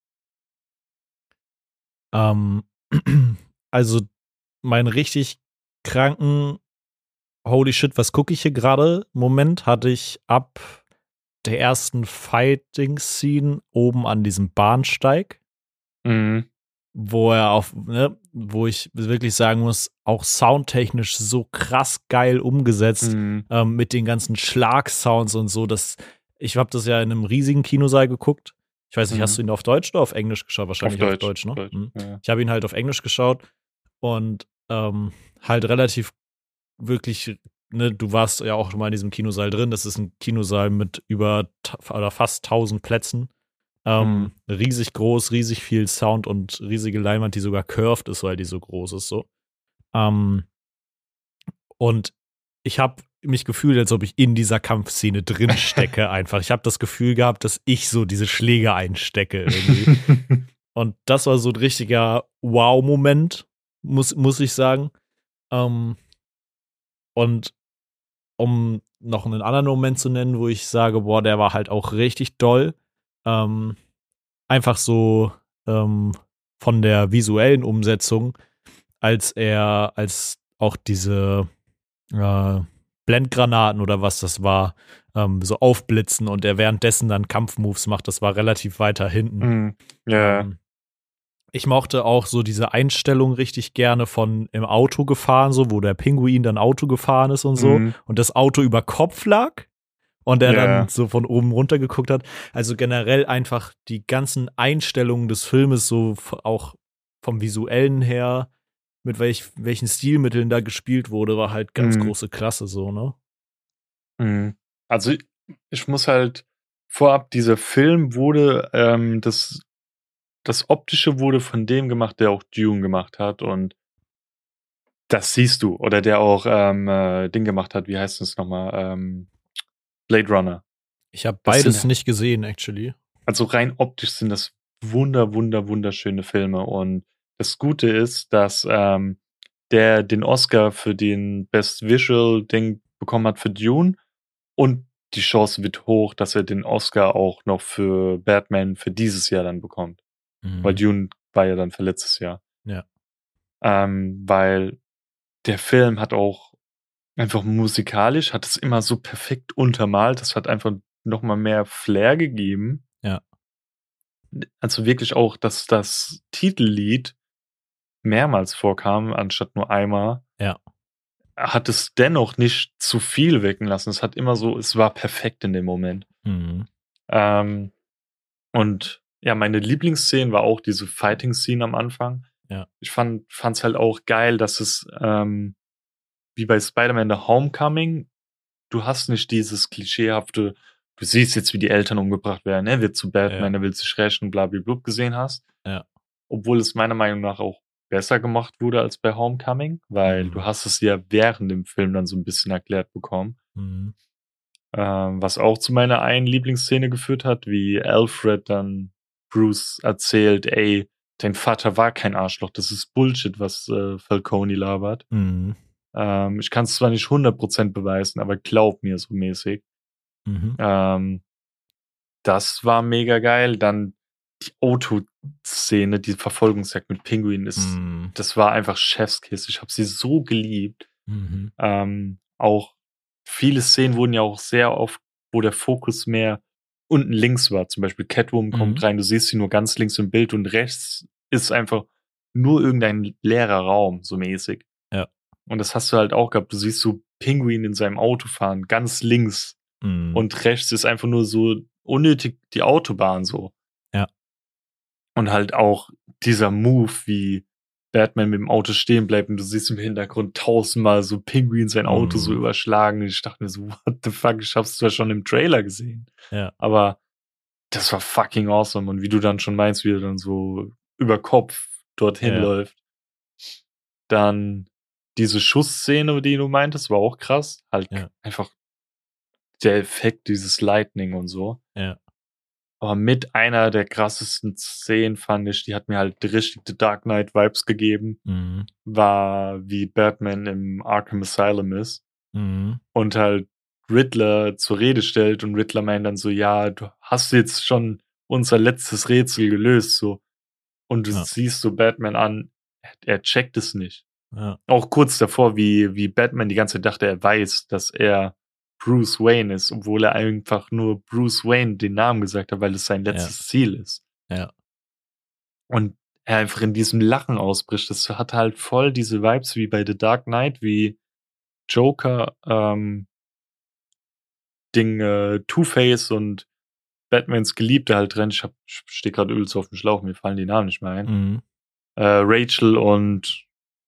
Ähm, also, meinen richtig kranken „Holy shit, was gucke ich hier grade“ Moment hatte ich ab der ersten Fighting-Scene oben an diesem Bahnsteig. Mhm. Wo er auf ne, wo ich wirklich sagen muss, auch soundtechnisch so krass geil umgesetzt, Mhm. ähm, mit den ganzen Schlagsounds und so, dass ich habe das ja in 'nem riesigen Kinosaal geguckt. Ich weiß nicht, hast Mhm. du ihn auf Deutsch oder auf Englisch geschaut? Auf Wahrscheinlich auf Deutsch, Deutsch, ne? Deutsch, Mhm. ja, ja. Ich habe ihn halt auf Englisch geschaut und, ähm, halt relativ wirklich ne, du warst ja auch schon mal in diesem Kinosaal drin. Das ist 'n Kinosaal mit über ta oder fast tausend Plätzen. Ähm, Mhm. riesig groß, riesig viel Sound und riesige Leinwand, die sogar curved ist, weil die so groß ist so. Ähm und ich habe mich gefühlt, als ob ich in dieser Kampfszene drin stecke einfach. Ich habe das Gefühl gehabt, dass ich so diese Schläge einstecke irgendwie. Und das war so 'n richtiger Wow-Moment, muss muss ich sagen. Ähm und um noch 'nen anderen Moment zu nennen, wo ich sage: „Boah, der war halt auch richtig doll“, ähm, einfach so, ähm, von der visuellen Umsetzung, als er als auch diese, äh, Blendgranaten oder was das war, ähm, so aufblitzen und er währenddessen dann Kampfmoves macht, das war relativ weiter hinten. Mhm. Ja, ja. Ähm, ich mochte auch so diese Einstellung richtig gerne von im Auto gefahren, so, wo der Pinguin dann Auto gefahren ist und so Mhm. und das Auto über Kopf lag und er Ja, dann ja. so von oben runter geguckt hat. Also, generell einfach die ganzen Einstellungen des Filmes so v auch vom Visuellen her, mit welch welchen Stilmitteln da gespielt wurde, war halt ganz Mhm. große Klasse so, ne? Mhm. Also, ich muss halt vorab dieser Film wurde, ähm das das Optische wurde von dem gemacht, der auch Dune gemacht hat und das siehst du. Oder der auch, ähm, äh, Ding gemacht hat, wie heißt das noch mal? Ähm, Blade Runner. Ich habe Das sind beides ja nicht gesehen, actually. also, rein optisch sind das wunder wunder wunderschöne Filme und das Gute ist, dass, ähm, der den Oscar für den Best Visual Ding bekommen hat für Dune und die Chance wird hoch, dass er den Oscar auch noch für Batman für dieses Jahr dann bekommt. Weil Mhm. Dune war ja dann für letztes Jahr. Ja. Ähm, weil der Film hat auch einfach musikalisch hat es immer so perfekt untermalt. Das hat einfach noch mal mehr Flair gegeben. Ja. N also, wirklich auch, dass das Titellied mehrmals vorkam, anstatt nur einmal Ja. hat es dennoch nicht zu viel wirken lassen. Es hat immer so es war perfekt in dem Moment. Mhm. Ähm, und ja, meine Lieblingsszene war auch diese Fighting Scene am Anfang. Ja. Ich fand fand's halt auch geil, dass es, ähm wie bei Spider-Man The Homecoming, du hast nicht dieses klischeehafte, du siehst jetzt, wie die Eltern umgebracht werden, er wird zu Batman, Ja. er will sich rächen, blablabla gesehen hast. Ja. Obwohl es meiner Meinung nach auch besser gemacht wurde als bei Homecoming, weil Mhm. du hast es ja während dem Film dann so ein bisschen erklärt bekommen. Mhm. Ähm, was auch zu meiner einen Lieblingsszene geführt hat, wie Alfred dann Bruce erzählt, ey, dein Vater war kein Arschloch, das ist Bullshit, was äh, Falcone labert. Mhm. Ähm, ich kann es zwar nicht hundert Prozent beweisen, aber glaub mir so mäßig. Mhm. Ähm, das war mega geil. Dann die Auto-Szene, die Verfolgungsjagd mit Pinguin ist, Mhm. das war einfach Chefskiss. Ich habe sie so geliebt. Mhm. Ähm, auch viele Szenen wurden ja auch sehr oft, wo der Fokus mehr unten links war. Zum Beispiel Catwoman Mhm. kommt rein, du siehst sie nur ganz links im Bild und rechts ist einfach nur irgendein leerer Raum, so mäßig. Ja. Und das hast du halt auch gehabt. Du siehst so Pinguin in seinem Auto fahren, ganz links. Mhm. Und rechts ist einfach nur so unnötig die Autobahn so. Ja. Und halt auch dieser Move, wie Batman mit dem Auto stehen bleibt und du siehst im Hintergrund tausendmal so Pinguin sein Auto so Mhm. überschlagen. Und ich dachte mir so, what the fuck, ich hab's zwar schon im Trailer gesehen. Ja. Aber das war fucking awesome. Und wie du dann schon meinst, wie er dann so über Kopf dorthin Ja. läuft. Dann diese Schussszene, die du meintest, war auch krass. Halt Ja. einfach der Effekt, dieses Lightning und so. Ja. Aber mit einer der krassesten Szenen fand ich, die hat mir halt richtig The Dark Knight Vibes gegeben, Mhm. war wie Batman im Arkham Asylum ist Mhm. und halt Riddler zur Rede stellt und Riddler meint dann so, ja, du hast jetzt schon unser letztes Rätsel gelöst, so. Und du Ja. siehst so Batman an, er checkt es nicht. Ja. Auch kurz davor, wie, wie Batman die ganze Zeit dachte, er weiß, dass er Bruce Wayne ist, obwohl er einfach nur Bruce Wayne den Namen gesagt hat, weil es sein letztes Ja. Ziel ist. Ja. Und er einfach in diesem Lachen ausbricht. Das hat halt voll diese Vibes wie bei The Dark Knight, wie Joker, ähm, Ding, äh, Two-Face und Batmans Geliebte halt drin. Ich, hab, ich stehe gerade übelst auf dem Schlauch, mir fallen die Namen nicht mehr ein. Mhm. Äh, Rachel und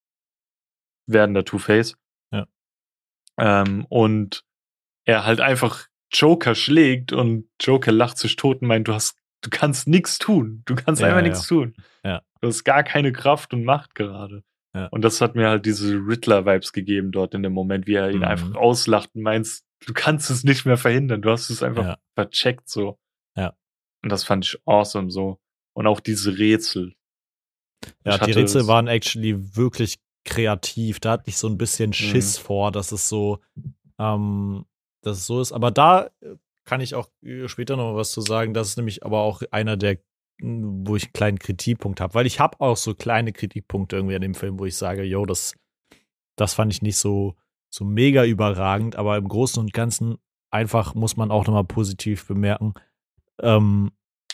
werdender Two-Face. Ja. Ähm, und er halt einfach Joker schlägt und Joker lacht sich tot und meint, du hast, du kannst nichts tun. Du kannst Ja. einfach Ja. nichts tun. Ja. Du hast gar keine Kraft und Macht gerade. Ja. Und das hat mir halt diese Riddler-Vibes gegeben dort in dem Moment, wie er ihn Mhm. einfach auslacht und meinst, du kannst es nicht mehr verhindern. Du hast es einfach Ja. vercheckt so. Ja. Und das fand ich awesome so. Und auch diese Rätsel. Ja, Ich die hatte Rätsel es- waren actually wirklich kreativ. Da hatte ich so ein bisschen Schiss Mhm. vor, dass es so, ähm, dass es so ist. Aber da äh, kann ich auch äh, später noch was zu sagen. Das ist nämlich aber auch einer der, mh, wo ich einen kleinen Kritikpunkt habe. Weil ich habe auch so kleine Kritikpunkte irgendwie an dem Film, wo ich sage, yo, das, das fand ich nicht so, so mega überragend. Aber im Großen und Ganzen einfach muss man auch noch mal positiv bemerken, ähm,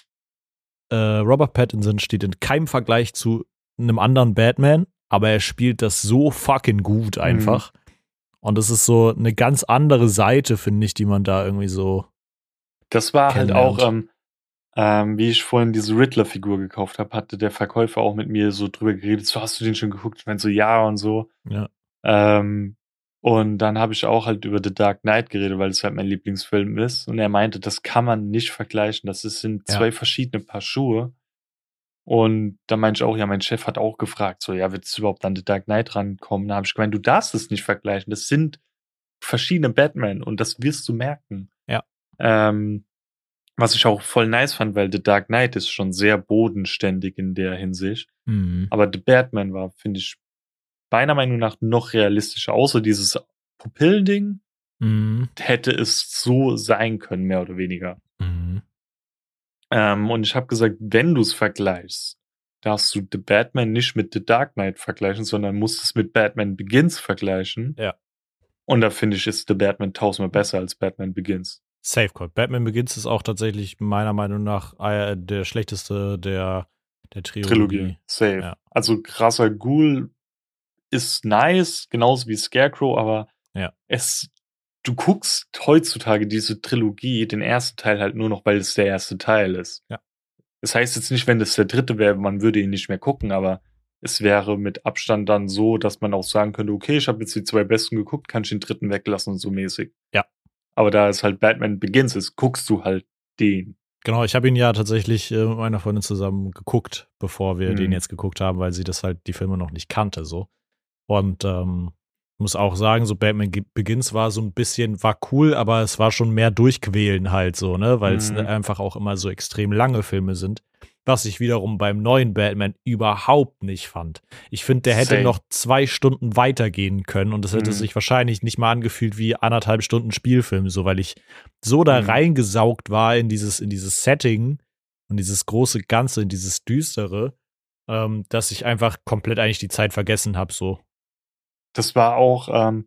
äh, Robert Pattinson steht in keinem Vergleich zu einem anderen Batman, aber er spielt das so fucking gut einfach. Und das ist so eine ganz andere Seite, finde ich, die man da irgendwie so. Das war halt auch, kennenlernt. ähm, ähm, wie ich vorhin diese Riddler-Figur gekauft habe, hatte der Verkäufer auch mit mir so drüber geredet. So, hast du den schon geguckt? Ich meinte so, ja und so. Ja. Ähm, und dann habe ich auch halt über The Dark Knight geredet, weil es halt mein Lieblingsfilm ist. Und er meinte, das kann man nicht vergleichen. Das ist- sind Ja. zwei verschiedene Paar Schuhe. Und da meinte ich auch, ja, mein Chef hat auch gefragt, so, ja, wird es überhaupt an The Dark Knight rankommen? Da habe ich gemeint, du darfst es nicht vergleichen. Das sind verschiedene Batman und das wirst du merken. Ja. Ähm, was ich auch voll nice fand, weil The Dark Knight ist schon sehr bodenständig in der Hinsicht. Mhm. Aber The Batman war, finde ich, meiner Meinung nach noch realistischer. Außer dieses Pupillending Mhm. hätte es so sein können, mehr oder weniger. Mhm. Ähm, und ich habe gesagt, wenn du es vergleichst, darfst du The Batman nicht mit The Dark Knight vergleichen, sondern musst es mit Batman Begins vergleichen. Ja. Und da finde ich, ist The Batman tausendmal besser als Batman Begins. Safecode. Batman Begins ist auch tatsächlich meiner Meinung nach äh, der schlechteste der, der Trilogie. Trilogie. Safe. Ja. Also krasser Ghoul ist nice, genauso wie Scarecrow, aber Ja. es, du guckst heutzutage diese Trilogie, den ersten Teil halt nur noch, weil es der erste Teil ist. Ja. Das heißt jetzt nicht, wenn das der dritte wäre, man würde ihn nicht mehr gucken, aber es wäre mit Abstand dann so, dass man auch sagen könnte, okay, ich habe jetzt die zwei besten geguckt, kann ich den dritten weglassen, so mäßig. Ja. Aber da es halt Batman Begins ist, guckst du halt den. Genau, ich habe ihn ja tatsächlich äh, mit meiner Freundin zusammen geguckt, bevor wir Mhm. den jetzt geguckt haben, weil sie das halt, die Filme noch nicht kannte, so. Und ähm, muss auch sagen, so Batman Begins war so ein bisschen, war cool, aber es war schon mehr durchquälen halt so, ne, weil es Mhm. einfach auch immer so extrem lange Filme sind, was ich wiederum beim neuen Batman überhaupt nicht fand. Ich finde, der hätte Same. noch zwei Stunden weitergehen können und es hätte Mhm. sich wahrscheinlich nicht mal angefühlt wie anderthalb Stunden Spielfilm, so, weil ich so da Mhm. reingesaugt war in dieses, in dieses Setting und dieses große Ganze, in dieses Düstere, ähm, dass ich einfach komplett eigentlich die Zeit vergessen habe, so. Das war auch, ähm,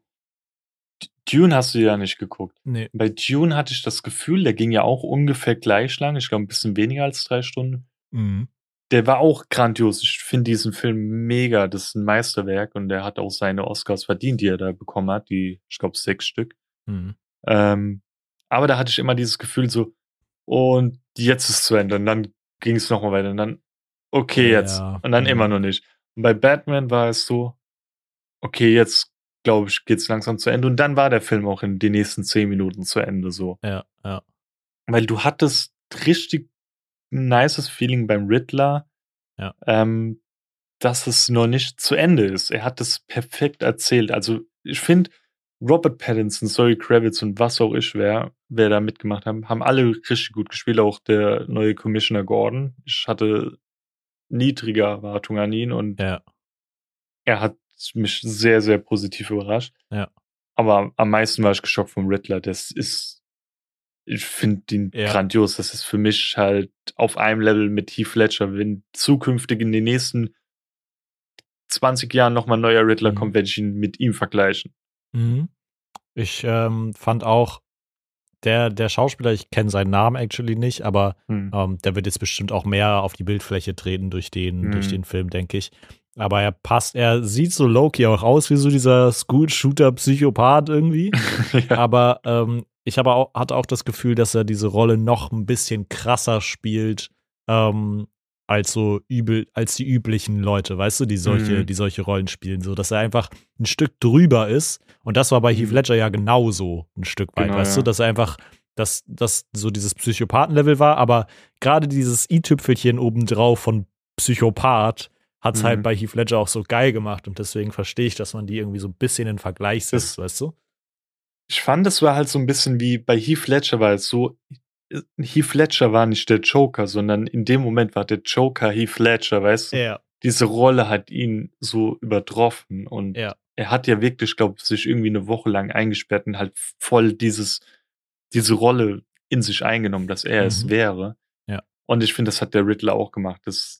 Dune hast du ja nicht geguckt. Nee. Bei Dune hatte ich das Gefühl, der ging ja auch ungefähr gleich lang, ich glaube ein bisschen weniger als drei Stunden. Mhm. Der war auch grandios. Ich finde diesen Film mega. Das ist ein Meisterwerk und der hat auch seine Oscars verdient, die er da bekommen hat, die, ich glaube, sechs Stück. Mhm. Ähm, aber da hatte ich immer dieses Gefühl so, und jetzt ist es zu Ende. Und dann ging es nochmal weiter. Und dann, okay, jetzt. Ja. Und dann Mhm. immer noch nicht. Und bei Batman war es so, okay, jetzt, glaube ich, geht's langsam zu Ende. Und dann war der Film auch in den nächsten zehn Minuten zu Ende so. Ja, ja. Weil du hattest richtig ein nices Feeling beim Riddler, Ja. ähm, dass es noch nicht zu Ende ist. Er hat das perfekt erzählt. Also, ich finde, Robert Pattinson, Zoe Kravitz und was auch ich wer, wer da mitgemacht haben, haben alle richtig gut gespielt. Auch der neue Commissioner Gordon. Ich hatte niedrige Erwartungen an ihn und Ja. er hat mich sehr, sehr positiv überrascht. Ja. Aber am meisten war ich geschockt vom Riddler. Das ist, ich finde ihn Ja. grandios. Das ist für mich halt auf einem Level mit Heath Ledger. Wenn zukünftig in den nächsten zwanzig Jahren nochmal ein neuer Riddler Mhm. kommt, werde ich ihn mit ihm vergleichen. Mhm. Ich ähm, fand auch, der, der Schauspieler, ich kenne seinen Namen actually nicht, aber Hm. ähm, der wird jetzt bestimmt auch mehr auf die Bildfläche treten durch den, Mhm. durch den Film, denke ich. Aber er passt, er sieht so low-key auch aus wie so dieser School-Shooter-Psychopath irgendwie. Ja. Aber ähm, ich habe auch, hatte auch das Gefühl, dass er diese Rolle noch ein bisschen krasser spielt, ähm, als so übel, als die üblichen Leute, weißt du, die solche, Mhm. die solche Rollen spielen. So, dass er einfach ein Stück drüber ist. Und das war bei Heath Mhm. Ledger ja genauso ein Stück weit, Genau, weißt ja. du, dass er einfach, dass das so dieses Psychopathenlevel war, aber gerade dieses i-Tüpfelchen obendrauf von Psychopath hat's Mhm. halt bei Heath Ledger auch so geil gemacht und deswegen verstehe ich, dass man die irgendwie so ein bisschen in Vergleich Das- setzt, weißt du? Ich fand, es war halt so ein bisschen wie bei Heath Ledger war es so, äh, Heath Ledger war nicht der Joker, sondern in dem Moment war der Joker Heath Ledger, weißt du? Ja, Diese Rolle hat ihn so übertroffen und ja. er hat ja wirklich, glaube ich, sich irgendwie eine Woche lang eingesperrt und halt voll dieses, diese Rolle in sich eingenommen, dass er es Mhm. wäre. Ja. Und ich finde, das hat der Riddler auch gemacht. Das,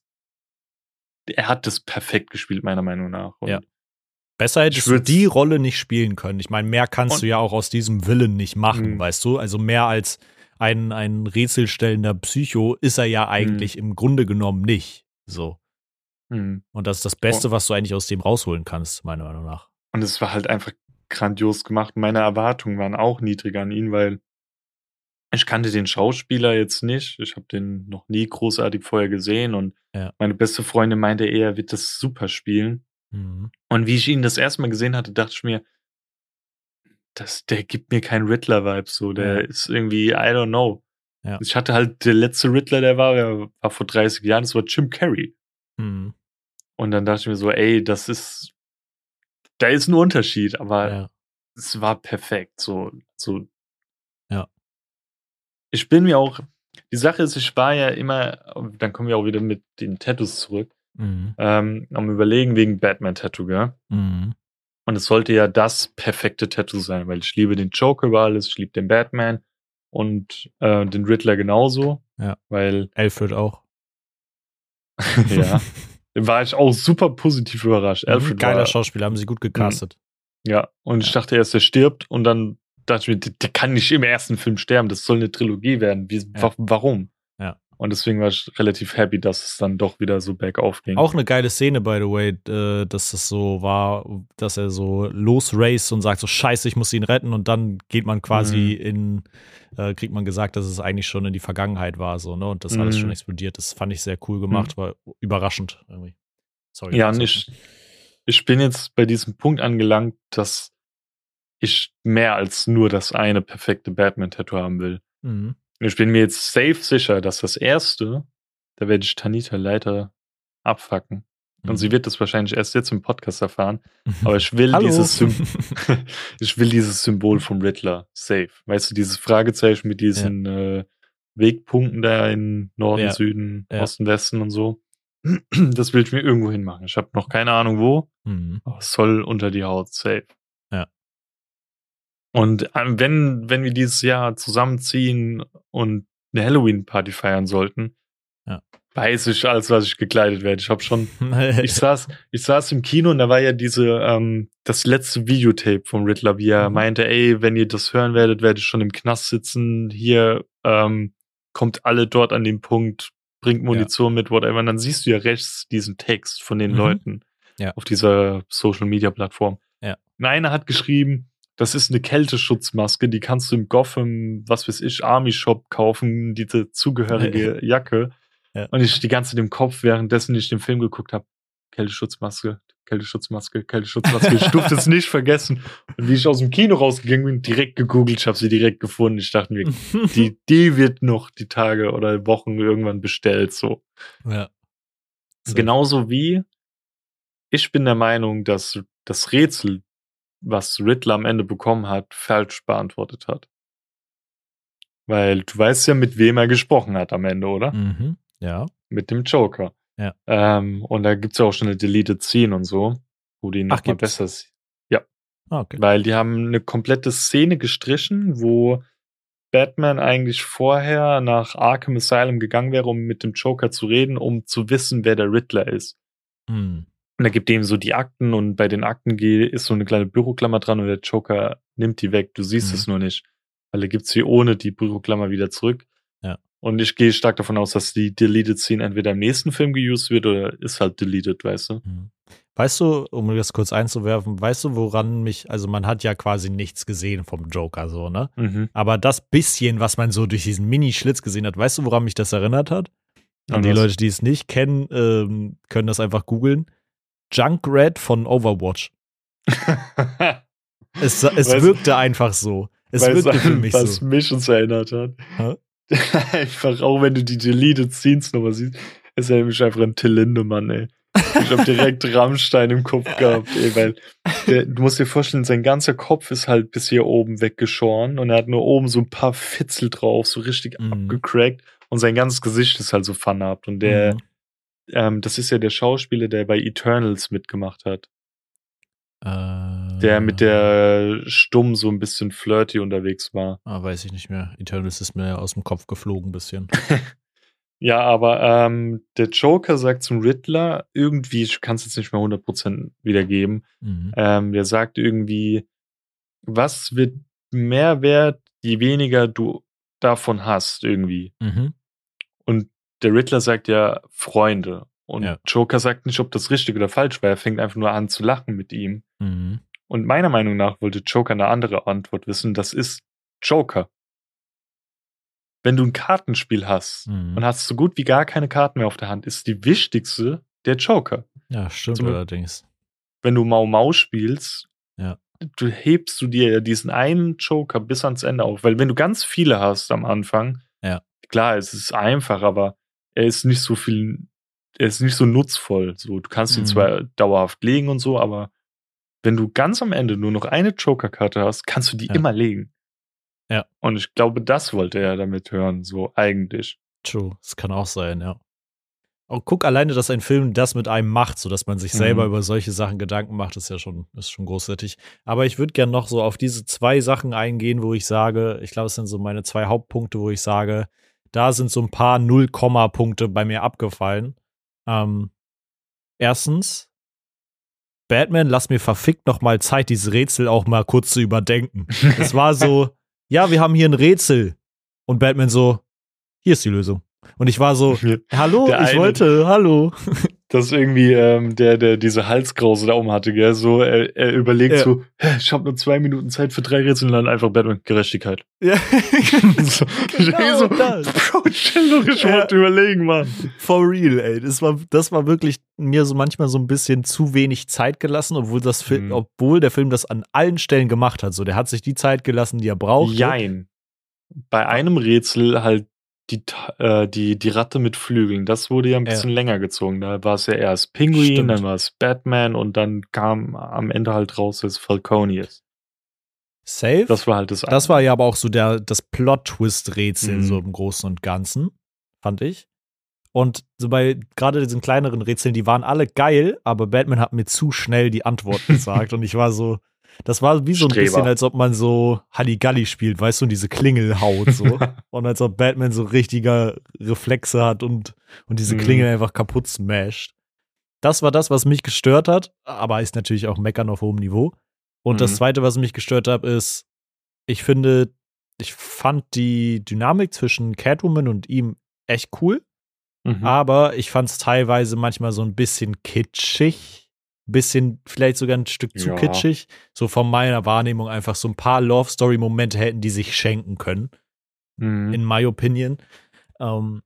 er hat das perfekt gespielt, meiner Meinung nach. Und Ja. Besser hättest Ich du würd's- die Rolle nicht spielen können. Ich meine, mehr kannst Und- du ja auch aus diesem Willen nicht machen, Mhm. weißt du? Also mehr als ein, ein rätselstellender Psycho ist er ja eigentlich im Grunde genommen nicht. So. Hm. Und das ist das Beste, was du eigentlich aus dem rausholen kannst, meiner Meinung nach. Und es war halt einfach grandios gemacht. Meine Erwartungen waren auch niedrig an ihn, weil ich kannte den Schauspieler jetzt nicht. Ich habe den noch nie großartig vorher gesehen und Ja. meine beste Freundin meinte eher, er wird das super spielen. Mhm. Und wie ich ihn das erste Mal gesehen hatte, dachte ich mir, das, der gibt mir keinen Riddler-Vibe so. Der Ja. ist irgendwie, I don't know. Ja. Ich hatte halt, der letzte Riddler, der war, der war vor dreißig Jahren, das war Jim Carrey. Mhm. Und dann dachte ich mir so, ey, das ist, da ist ein Unterschied, aber Ja. es war perfekt. So, so. Ja. Ich bin mir auch, die Sache ist, ich war ja immer, dann kommen wir auch wieder mit den Tattoos zurück, Mhm. ähm, am Überlegen wegen Batman-Tattoo, gell? Mhm. Und es sollte ja das perfekte Tattoo sein, weil ich liebe den Joker über alles, ich liebe den Batman und äh, den Riddler genauso. Ja. Weil, Alfred auch. ja, war ich auch super positiv überrascht. Mhm. Alfred Geiler war, Schauspieler, haben sie gut gecastet. ja, und ich Ja. dachte erst, er stirbt und dann dachte ich mir, der, der kann nicht im ersten Film sterben, das soll eine Trilogie werden. Wie, Ja. wa- warum? Ja. Und deswegen war ich relativ happy, dass es dann doch wieder so bergauf ging. Auch eine geile Szene, by the way, äh, dass das so war, dass er so losraced und sagt so, scheiße, ich muss ihn retten und dann geht man quasi Mhm. in, äh, kriegt man gesagt, dass es eigentlich schon in die Vergangenheit war, so, ne, und das alles Mhm. schon explodiert. Das fand ich sehr cool gemacht, war überraschend irgendwie. Sorry. Ja, und ich, ich bin jetzt bei diesem Punkt angelangt, dass ich mehr als nur das eine perfekte Batman-Tattoo haben will. Mhm. Ich bin mir jetzt safe sicher, dass das erste, da werde ich Tanita leider abfacken. Und Mhm. sie wird das wahrscheinlich erst jetzt im Podcast erfahren. Aber ich will Hallo. dieses Sym- ich will dieses Symbol vom Riddler safe. Weißt du, dieses Fragezeichen mit diesen äh, Wegpunkten da in Norden, Ja. Süden, Ja. Osten, Westen und so. Das will ich mir irgendwo hinmachen. Ich habe noch keine Ahnung wo, Mhm. aber es soll unter die Haut safe. Ja. Und ähm, wenn, wenn wir dieses Jahr zusammenziehen und eine Halloween-Party feiern sollten, Ja. weiß ich alles, was ich gekleidet werde. Ich habe schon, ich saß, ich saß im Kino und da war ja diese, ähm, das letzte Videotape vom Riddler, wie er Mhm. meinte, ey, wenn ihr das hören werdet, werde ich schon im Knast sitzen. Hier ähm, kommt alle dort an den Punkt, bringt Munition mit, whatever. Und dann siehst du ja rechts diesen Text von den Mhm. Leuten Ja. auf dieser Social-Media-Plattform. Ja. Und einer hat geschrieben, das ist eine Kälteschutzmaske, die kannst du im Gotham, was weiß ich, Army Shop kaufen, diese zugehörige Jacke. Ja. Und ich die ganze Zeit im Kopf, währenddessen ich den Film geguckt habe, Kälteschutzmaske, Kälteschutzmaske, Kälteschutzmaske. Ich durfte es nicht vergessen. Und wie ich aus dem Kino rausgegangen bin, direkt gegoogelt, ich habe sie direkt gefunden. Ich dachte mir, die, die wird noch die Tage oder Wochen irgendwann bestellt. So. Ja. Safe. Genauso wie ich bin der Meinung, dass das Rätsel, was Riddler am Ende bekommen hat, falsch beantwortet hat. Weil du weißt ja, mit wem er gesprochen hat am Ende, oder? Mhm. Ja. Mit dem Joker. Ja. Ähm, und da gibt's ja auch schon eine Deleted Scene und so, wo die Ach, nochmal gibt's? besser ist. Ja. Ah, okay. Weil die haben eine komplette Szene gestrichen, wo Batman eigentlich vorher nach Arkham Asylum gegangen wäre, um mit dem Joker zu reden, um zu wissen, wer der Riddler ist. Mhm. Und er gibt ihm so die Akten und bei den Akten ge- ist so eine kleine Büroklammer dran und der Joker nimmt die weg. Du siehst Mhm. es nur nicht. Weil er gibt sie ohne die Büroklammer wieder zurück. Ja. Und ich gehe stark davon aus, dass die Deleted Scene entweder im nächsten Film geused wird oder ist halt deleted, weißt du? Mhm. Weißt du, um das kurz einzuwerfen, weißt du, woran mich, also man hat ja quasi nichts gesehen vom Joker, so, ne? Mhm. Aber das bisschen, was man so durch diesen Mini-Schlitz gesehen hat, weißt du, woran mich das erinnert hat? Und An die was? Leute, die es nicht kennen, ähm, können das einfach googeln. Junkrat von Overwatch. Es, es Weißt- wirkte einfach so. Es Weißt wirkte für du, mich was so. mich uns erinnert hat? Hä? Einfach, auch wenn du die Deleted Scenes nochmal siehst, ist er nämlich einfach ein Till Lindemann, ey. Ich hab direkt Rammstein im Kopf gehabt, ey, weil der, du musst dir vorstellen, sein ganzer Kopf ist halt bis hier oben weggeschoren und er hat nur oben so ein paar Fitzel drauf, so richtig Mhm. abgecrackt und sein ganzes Gesicht ist halt so vernarbt und der, Mhm. ähm, das ist ja der Schauspieler, der bei Eternals mitgemacht hat. Äh, Der mit der Stumm so ein bisschen flirty unterwegs war. Ah, weiß ich nicht mehr. Eternals ist mir aus dem Kopf geflogen ein bisschen. Ja, aber ähm, der Joker sagt zum Riddler irgendwie, ich kann es jetzt nicht mehr hundert Prozent wiedergeben, Mhm. ähm, der sagt irgendwie, was wird mehr wert, je weniger du davon hast irgendwie. Mhm. Und der Riddler sagt ja Freunde. Und Ja. Joker sagt nicht, ob das richtig oder falsch war. Er fängt einfach nur an zu lachen mit ihm. Mhm. Und meiner Meinung nach wollte Joker eine andere Antwort wissen. Das ist Joker. Wenn du ein Kartenspiel hast Mhm. und hast so gut wie gar keine Karten mehr auf der Hand, ist die wichtigste der Joker. Ja, stimmt Zum- allerdings. Wenn du Mau Mau spielst, Ja. du hebst du dir ja diesen einen Joker bis ans Ende auf. Weil wenn du ganz viele hast am Anfang, Ja. klar, es ist einfach, aber er ist nicht so viel, er ist nicht so nutzvoll. So, du kannst ihn Mhm. zwar dauerhaft legen und so, aber wenn du ganz am Ende nur noch eine Joker-Karte hast, kannst du die Ja. immer legen. Ja. Und ich glaube, das wollte er damit hören, so eigentlich. True. Das kann auch sein, ja. Auch guck alleine, dass ein Film das mit einem macht, sodass man sich selber Mhm. über solche Sachen Gedanken macht, ist ja schon, ist schon großartig. Aber ich würde gerne noch so auf diese zwei Sachen eingehen, wo ich sage, ich glaube, es sind so meine zwei Hauptpunkte, wo ich sage, da sind so ein paar Null-Komma-Punkte bei mir abgefallen. Ähm, erstens, Batman, lass mir verfickt noch mal Zeit, dieses Rätsel auch mal kurz zu überdenken. Es war so, ja, wir haben hier ein Rätsel. Und Batman so, hier ist die Lösung. Und ich war so, hallo, Der ich eine- wollte, hallo. dass irgendwie ähm, der, der diese Halskrause da oben hatte, gell, so, er, er überlegt Ja. so, hä, ich habe nur zwei Minuten Zeit für drei Rätsel und dann einfach Batman Gerechtigkeit. Ja, so, genau so, das. Bro, chill doch, ich Ja. wollte überlegen, Mann. For real, ey. Das war, das war wirklich mir so manchmal so ein bisschen zu wenig Zeit gelassen, obwohl, das Fil- Mhm. obwohl der Film das an allen Stellen gemacht hat. So, der hat sich die Zeit gelassen, die er brauchte. Jein. Bei einem Rätsel halt die, Ta- äh, die, die Ratte mit Flügeln, das wurde ja ein Ja. bisschen länger gezogen. Da war es ja erst Pinguin, Stimmt. dann war es Batman und dann kam am Ende halt raus, dass es Falcone ist. Safe. Das war halt das Das war ja aber auch so der, das Plot-Twist-Rätsel, Mhm. so im Großen und Ganzen, fand ich. Und so bei gerade diesen kleineren Rätseln, die waren alle geil, aber Batman hat mir zu schnell die Antwort gesagt. Und ich war so, das war wie so ein Streber. bisschen, als ob man so Halligalli spielt, weißt du, und diese Klingel haut so. Und als ob Batman so richtiger Reflexe hat und, und diese Mhm. Klingel einfach kaputt smasht. Das war das, was mich gestört hat, aber ist natürlich auch Meckern auf hohem Niveau. Und das Mhm. Zweite, was mich gestört hat, ist, ich finde, ich fand die Dynamik zwischen Catwoman und ihm echt cool, Mhm. aber ich fand es teilweise manchmal so ein bisschen kitschig, bisschen vielleicht sogar ein Stück zu Ja. kitschig. So von meiner Wahrnehmung einfach so ein paar Love-Story-Momente hätten die sich schenken können, Mhm. in my opinion. Ähm,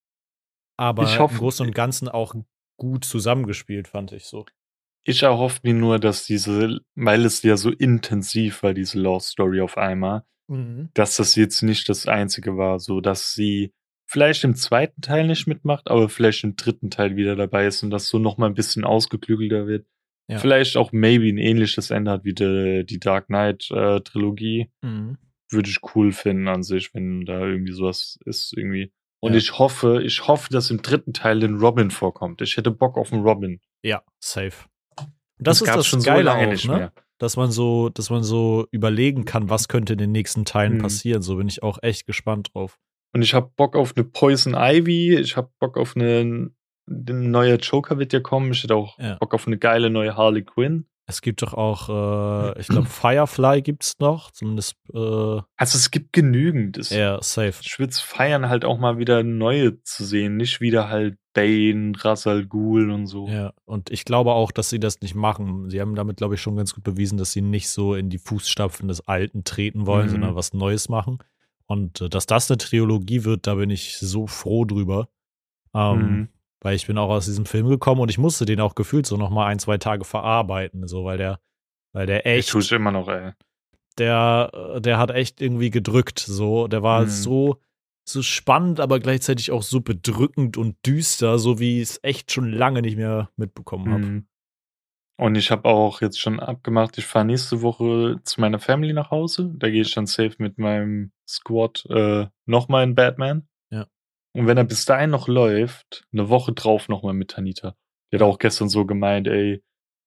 aber Ich hoffe- im Großen und Ganzen auch gut zusammengespielt, fand ich so. Ich erhoffe mir nur, dass diese, weil es ja so intensiv war, diese Love Story auf einmal, dass das jetzt nicht das Einzige war, so dass sie vielleicht im zweiten Teil nicht mitmacht, aber vielleicht im dritten Teil wieder dabei ist und das so nochmal ein bisschen ausgeklügelter wird. Ja. Vielleicht auch maybe ein ähnliches Ende hat wie die, die Dark Knight äh, Trilogie. Mhm. Würde ich cool finden an sich, wenn da irgendwie sowas ist irgendwie. Und Ja. ich hoffe, ich hoffe, dass im dritten Teil den Robin vorkommt. Ich hätte Bock auf einen Robin. Ja, safe. Und das, ist gab's das schon so Geile lange auch, nicht ne? mehr. Dass man so, dass man so überlegen kann, was könnte in den nächsten Teilen Mhm. passieren. So bin ich auch echt gespannt drauf. Und ich hab Bock auf eine Poison Ivy. Ich hab Bock auf eine, ein neuer Joker wird ja kommen. Ich hätte auch Ja. Bock auf eine geile neue Harley Quinn. Es gibt doch auch, äh, ich glaube, Firefly gibt's noch. Zumindest, äh, Also es gibt genügend. Es, ja, safe. Ich würde es feiern, halt auch mal wieder neue zu sehen. Nicht wieder halt Bane, Ra's al Ghul und so. Ja, und ich glaube auch, dass sie das nicht machen. Sie haben damit, glaube ich, schon ganz gut bewiesen, dass sie nicht so in die Fußstapfen des Alten treten wollen, Mhm. sondern was Neues machen. Und äh, dass das eine Trilogie wird, da bin ich so froh drüber. Ähm, Mhm. Weil ich bin auch aus diesem Film gekommen und ich musste den auch gefühlt so noch mal ein, zwei Tage verarbeiten, so, weil der, weil der Ich echt, tue es immer noch, ey. der, äh, der hat echt irgendwie gedrückt, so, der war Mhm. so, so spannend, aber gleichzeitig auch so bedrückend und düster, so wie ich es echt schon lange nicht mehr mitbekommen habe. Mhm. Und ich habe auch jetzt schon abgemacht, ich fahre nächste Woche zu meiner Family nach Hause. Da gehe ich dann safe mit meinem Squad äh, nochmal in Batman. Ja. Und wenn er bis dahin noch läuft, eine Woche drauf nochmal mit Tanita. Die hat auch gestern so gemeint, ey,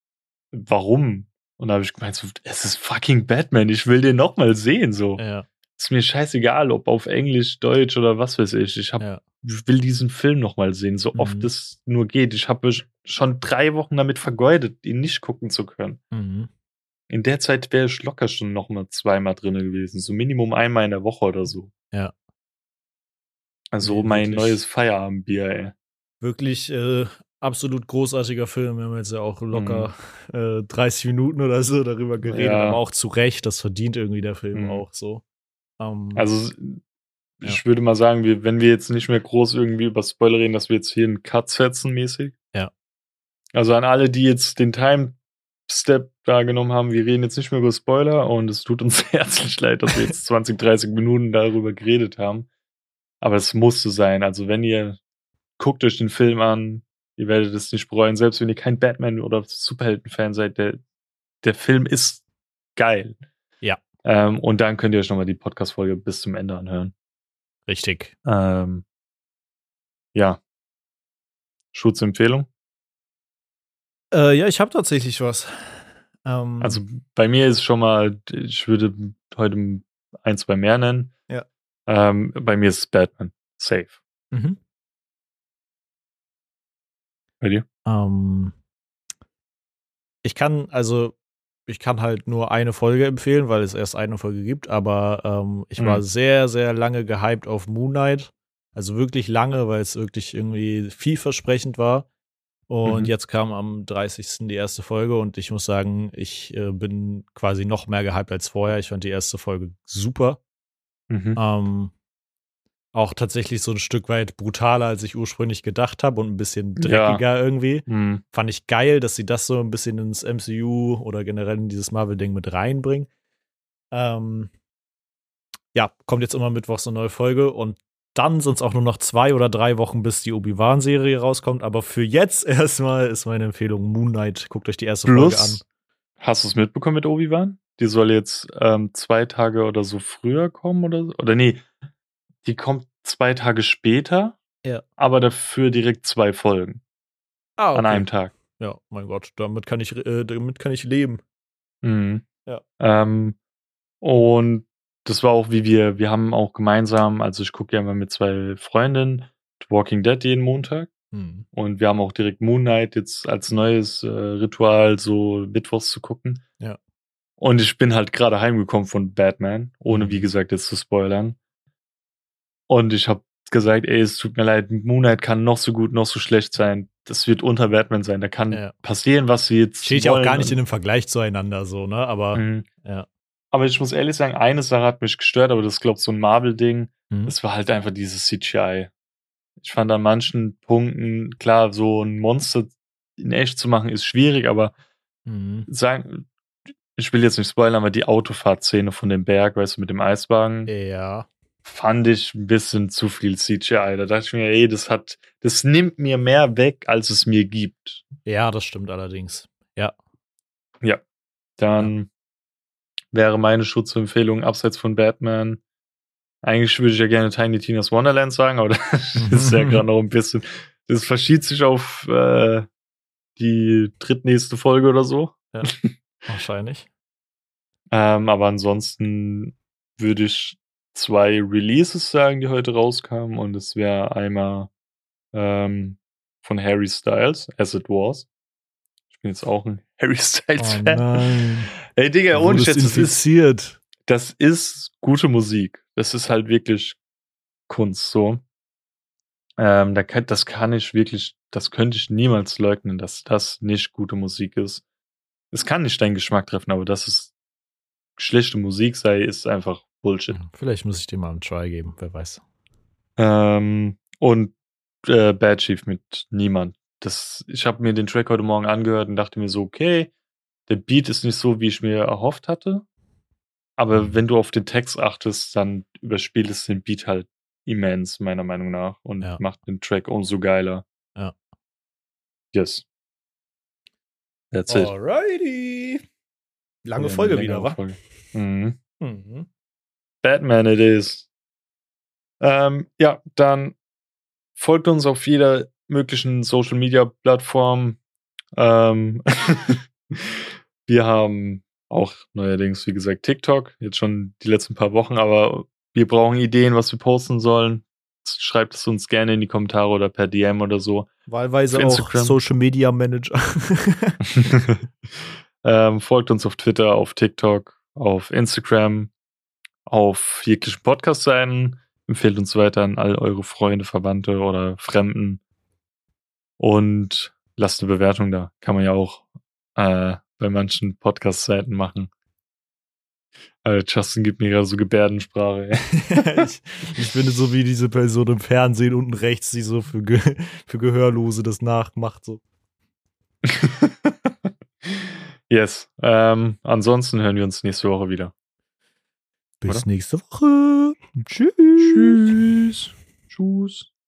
warum? Und da habe ich gemeint, so, es ist fucking Batman, ich will den nochmal sehen, so. Ja, Ist mir scheißegal, ob auf Englisch, Deutsch oder was weiß ich. Ich hab, ja. ich will diesen Film nochmal sehen, so oft Mhm. es nur geht. Ich habe schon drei Wochen damit vergeudet, ihn nicht gucken zu können. Mhm. In der Zeit wäre ich locker schon nochmal zweimal drin gewesen. So Minimum einmal in der Woche oder so. Ja. Also Nee, mein wirklich. neues Feierabendbier, ey. Wirklich äh, absolut großartiger Film. Wir haben jetzt ja auch locker Mhm. äh, dreißig Minuten oder so darüber geredet, Ja. aber auch zu Recht, das verdient irgendwie der Film Mhm. auch so. Ähm, Also ich Ja. würde mal sagen, wir, wenn wir jetzt nicht mehr groß irgendwie über Spoiler reden, dass wir jetzt hier einen Cut setzen mäßig. Ja. Also an alle, die jetzt den Time-Step da genommen haben, wir reden jetzt nicht mehr über Spoiler und es tut uns herzlich leid, dass wir jetzt zwanzig, dreißig Minuten darüber geredet haben. Aber es musste sein. Also wenn ihr guckt euch den Film an, ihr werdet es nicht bereuen, selbst wenn ihr kein Batman- oder Superhelden-Fan seid, der, der Film ist geil. Ja. Ähm, und dann könnt ihr euch nochmal die Podcast-Folge bis zum Ende anhören. Richtig. Ähm, ja. Schutzempfehlung. Äh, ja, ich habe tatsächlich was. Ähm, Also bei mir ist schon mal, ich würde heute ein, zwei mehr nennen. Ja. Ähm, bei mir ist es Batman. Safe. mhm. Bei dir? ähm, ich kann, also, ich kann halt nur eine Folge empfehlen, weil es erst eine Folge gibt, aber ähm, ich war Mhm. sehr, sehr lange gehypt auf Moon Knight. Also wirklich lange, weil es wirklich irgendwie vielversprechend war. Und Mhm. jetzt kam am dreißigsten die erste Folge und ich muss sagen, ich äh, bin quasi noch mehr gehypt als vorher. Ich fand die erste Folge super. Mhm. Ähm, auch tatsächlich so ein Stück weit brutaler, als ich ursprünglich gedacht habe und ein bisschen dreckiger irgendwie. Mhm. Fand ich geil, dass sie das so ein bisschen ins M C U oder generell in dieses Marvel-Ding mit reinbringen. Ähm, ja, kommt jetzt immer mittwochs eine neue Folge und dann sind es auch nur noch zwei oder drei Wochen, bis die Obi-Wan-Serie rauskommt. Aber für jetzt erstmal ist meine Empfehlung Moon Knight. Guckt euch die erste Folge an. Plus, hast du es mitbekommen mit Obi-Wan? Die soll jetzt ähm, zwei Tage oder so früher kommen oder so. Oder nee, die kommt zwei Tage später, Ja. aber dafür direkt zwei Folgen Ah, an okay. einem Tag. Ja, mein Gott, damit kann ich, äh, damit kann ich leben. Mhm. Ja. Ähm, und das war auch, wie wir, wir haben auch gemeinsam, also ich gucke ja immer mit zwei Freundinnen The Walking Dead jeden Montag. Hm. Und wir haben auch direkt Moon Knight jetzt als neues äh, Ritual, so mittwochs zu gucken. Ja. Und ich bin halt gerade heimgekommen von Batman, ohne Mhm. wie gesagt jetzt zu spoilern. Und ich habe gesagt, ey, es tut mir leid, Moon Knight kann noch so gut, noch so schlecht sein. Das wird unter Batman sein. Da kann Ja. passieren, was sie jetzt Steht ja auch wollen. gar nicht in Und- einem Vergleich zueinander so, ne? Aber Mhm. ja. Aber ich muss ehrlich sagen, eine Sache hat mich gestört, aber das ist, glaube ich, so ein Marvel-Ding. Mhm. Das war halt einfach dieses C G I. Ich fand an manchen Punkten, klar, so ein Monster in echt zu machen, ist schwierig, aber Mhm. sagen, ich will jetzt nicht spoilern, aber die Autofahrtszene von dem Berg, weißt du, mit dem Eiswagen, Ja. fand ich ein bisschen zu viel C G I. Da dachte ich mir, ey, das hat, das nimmt mir mehr weg, als es mir gibt. Ja, das stimmt allerdings. Ja. Ja. Dann wäre meine Schutzempfehlung abseits von Batman. Eigentlich würde ich ja gerne Tiny Tina's Wonderland sagen, aber das ist ja gerade noch ein bisschen. Das verschiebt sich auf äh, die drittnächste Folge oder so. Ja. Wahrscheinlich. Ähm, aber ansonsten würde ich zwei Releases sagen, die heute rauskamen. Und es wäre einmal ähm, von Harry Styles, As It Was. Ich bin jetzt auch ein Harry Oh Styles-Fan. nein. Ey, Digga, Du ohne wurdest Schätze, das ist, infiziert. das ist gute Musik. Das ist halt wirklich Kunst, so. Ähm, da kann, das kann ich wirklich, das könnte ich niemals leugnen, dass das nicht gute Musik ist. Es kann nicht deinen Geschmack treffen, aber dass es schlechte Musik sei, ist einfach Bullshit. Vielleicht muss ich dir mal einen Try geben, wer weiß. Ähm, und äh, Bad Chief mit Niemand. Das, ich habe mir den Track heute Morgen angehört und dachte mir so, okay, der Beat ist nicht so, wie ich mir erhofft hatte. Aber Mhm. wenn du auf den Text achtest, dann überspielt es den Beat halt immens, meiner Meinung nach. Und Ja. macht den Track umso geiler. Ja. Yes. That's it. Alrighty. Lange Wieder Folge eine wieder, längere wa? Folge. Mhm. Mhm. Batman it is. Ähm, ja, dann folgt uns auf jeder möglichen Social Media Plattform. Ähm, wir haben auch neuerdings, wie gesagt, TikTok, jetzt schon die letzten paar Wochen, aber wir brauchen Ideen, was wir posten sollen. Schreibt es uns gerne in die Kommentare oder per D M oder so. Wahlweise Auf auch Instagram. Social Media Manager. ähm, folgt uns auf Twitter, auf TikTok, auf Instagram, auf jeglichen Podcast-Seiten. Empfehlt uns weiter an all eure Freunde, Verwandte oder Fremden. Und lasst eine Bewertung da. Kann man ja auch äh, bei manchen Podcast-Seiten machen. Äh, Justin gibt mir gerade so Gebärdensprache. ich, ich finde so wie diese Person im Fernsehen unten rechts, die so für, Ge für Gehörlose das nachmacht. So. Yes. Ähm, ansonsten hören wir uns nächste Woche wieder. Bis Oder? nächste Woche. Tschüss. Tschüss. Tschüss.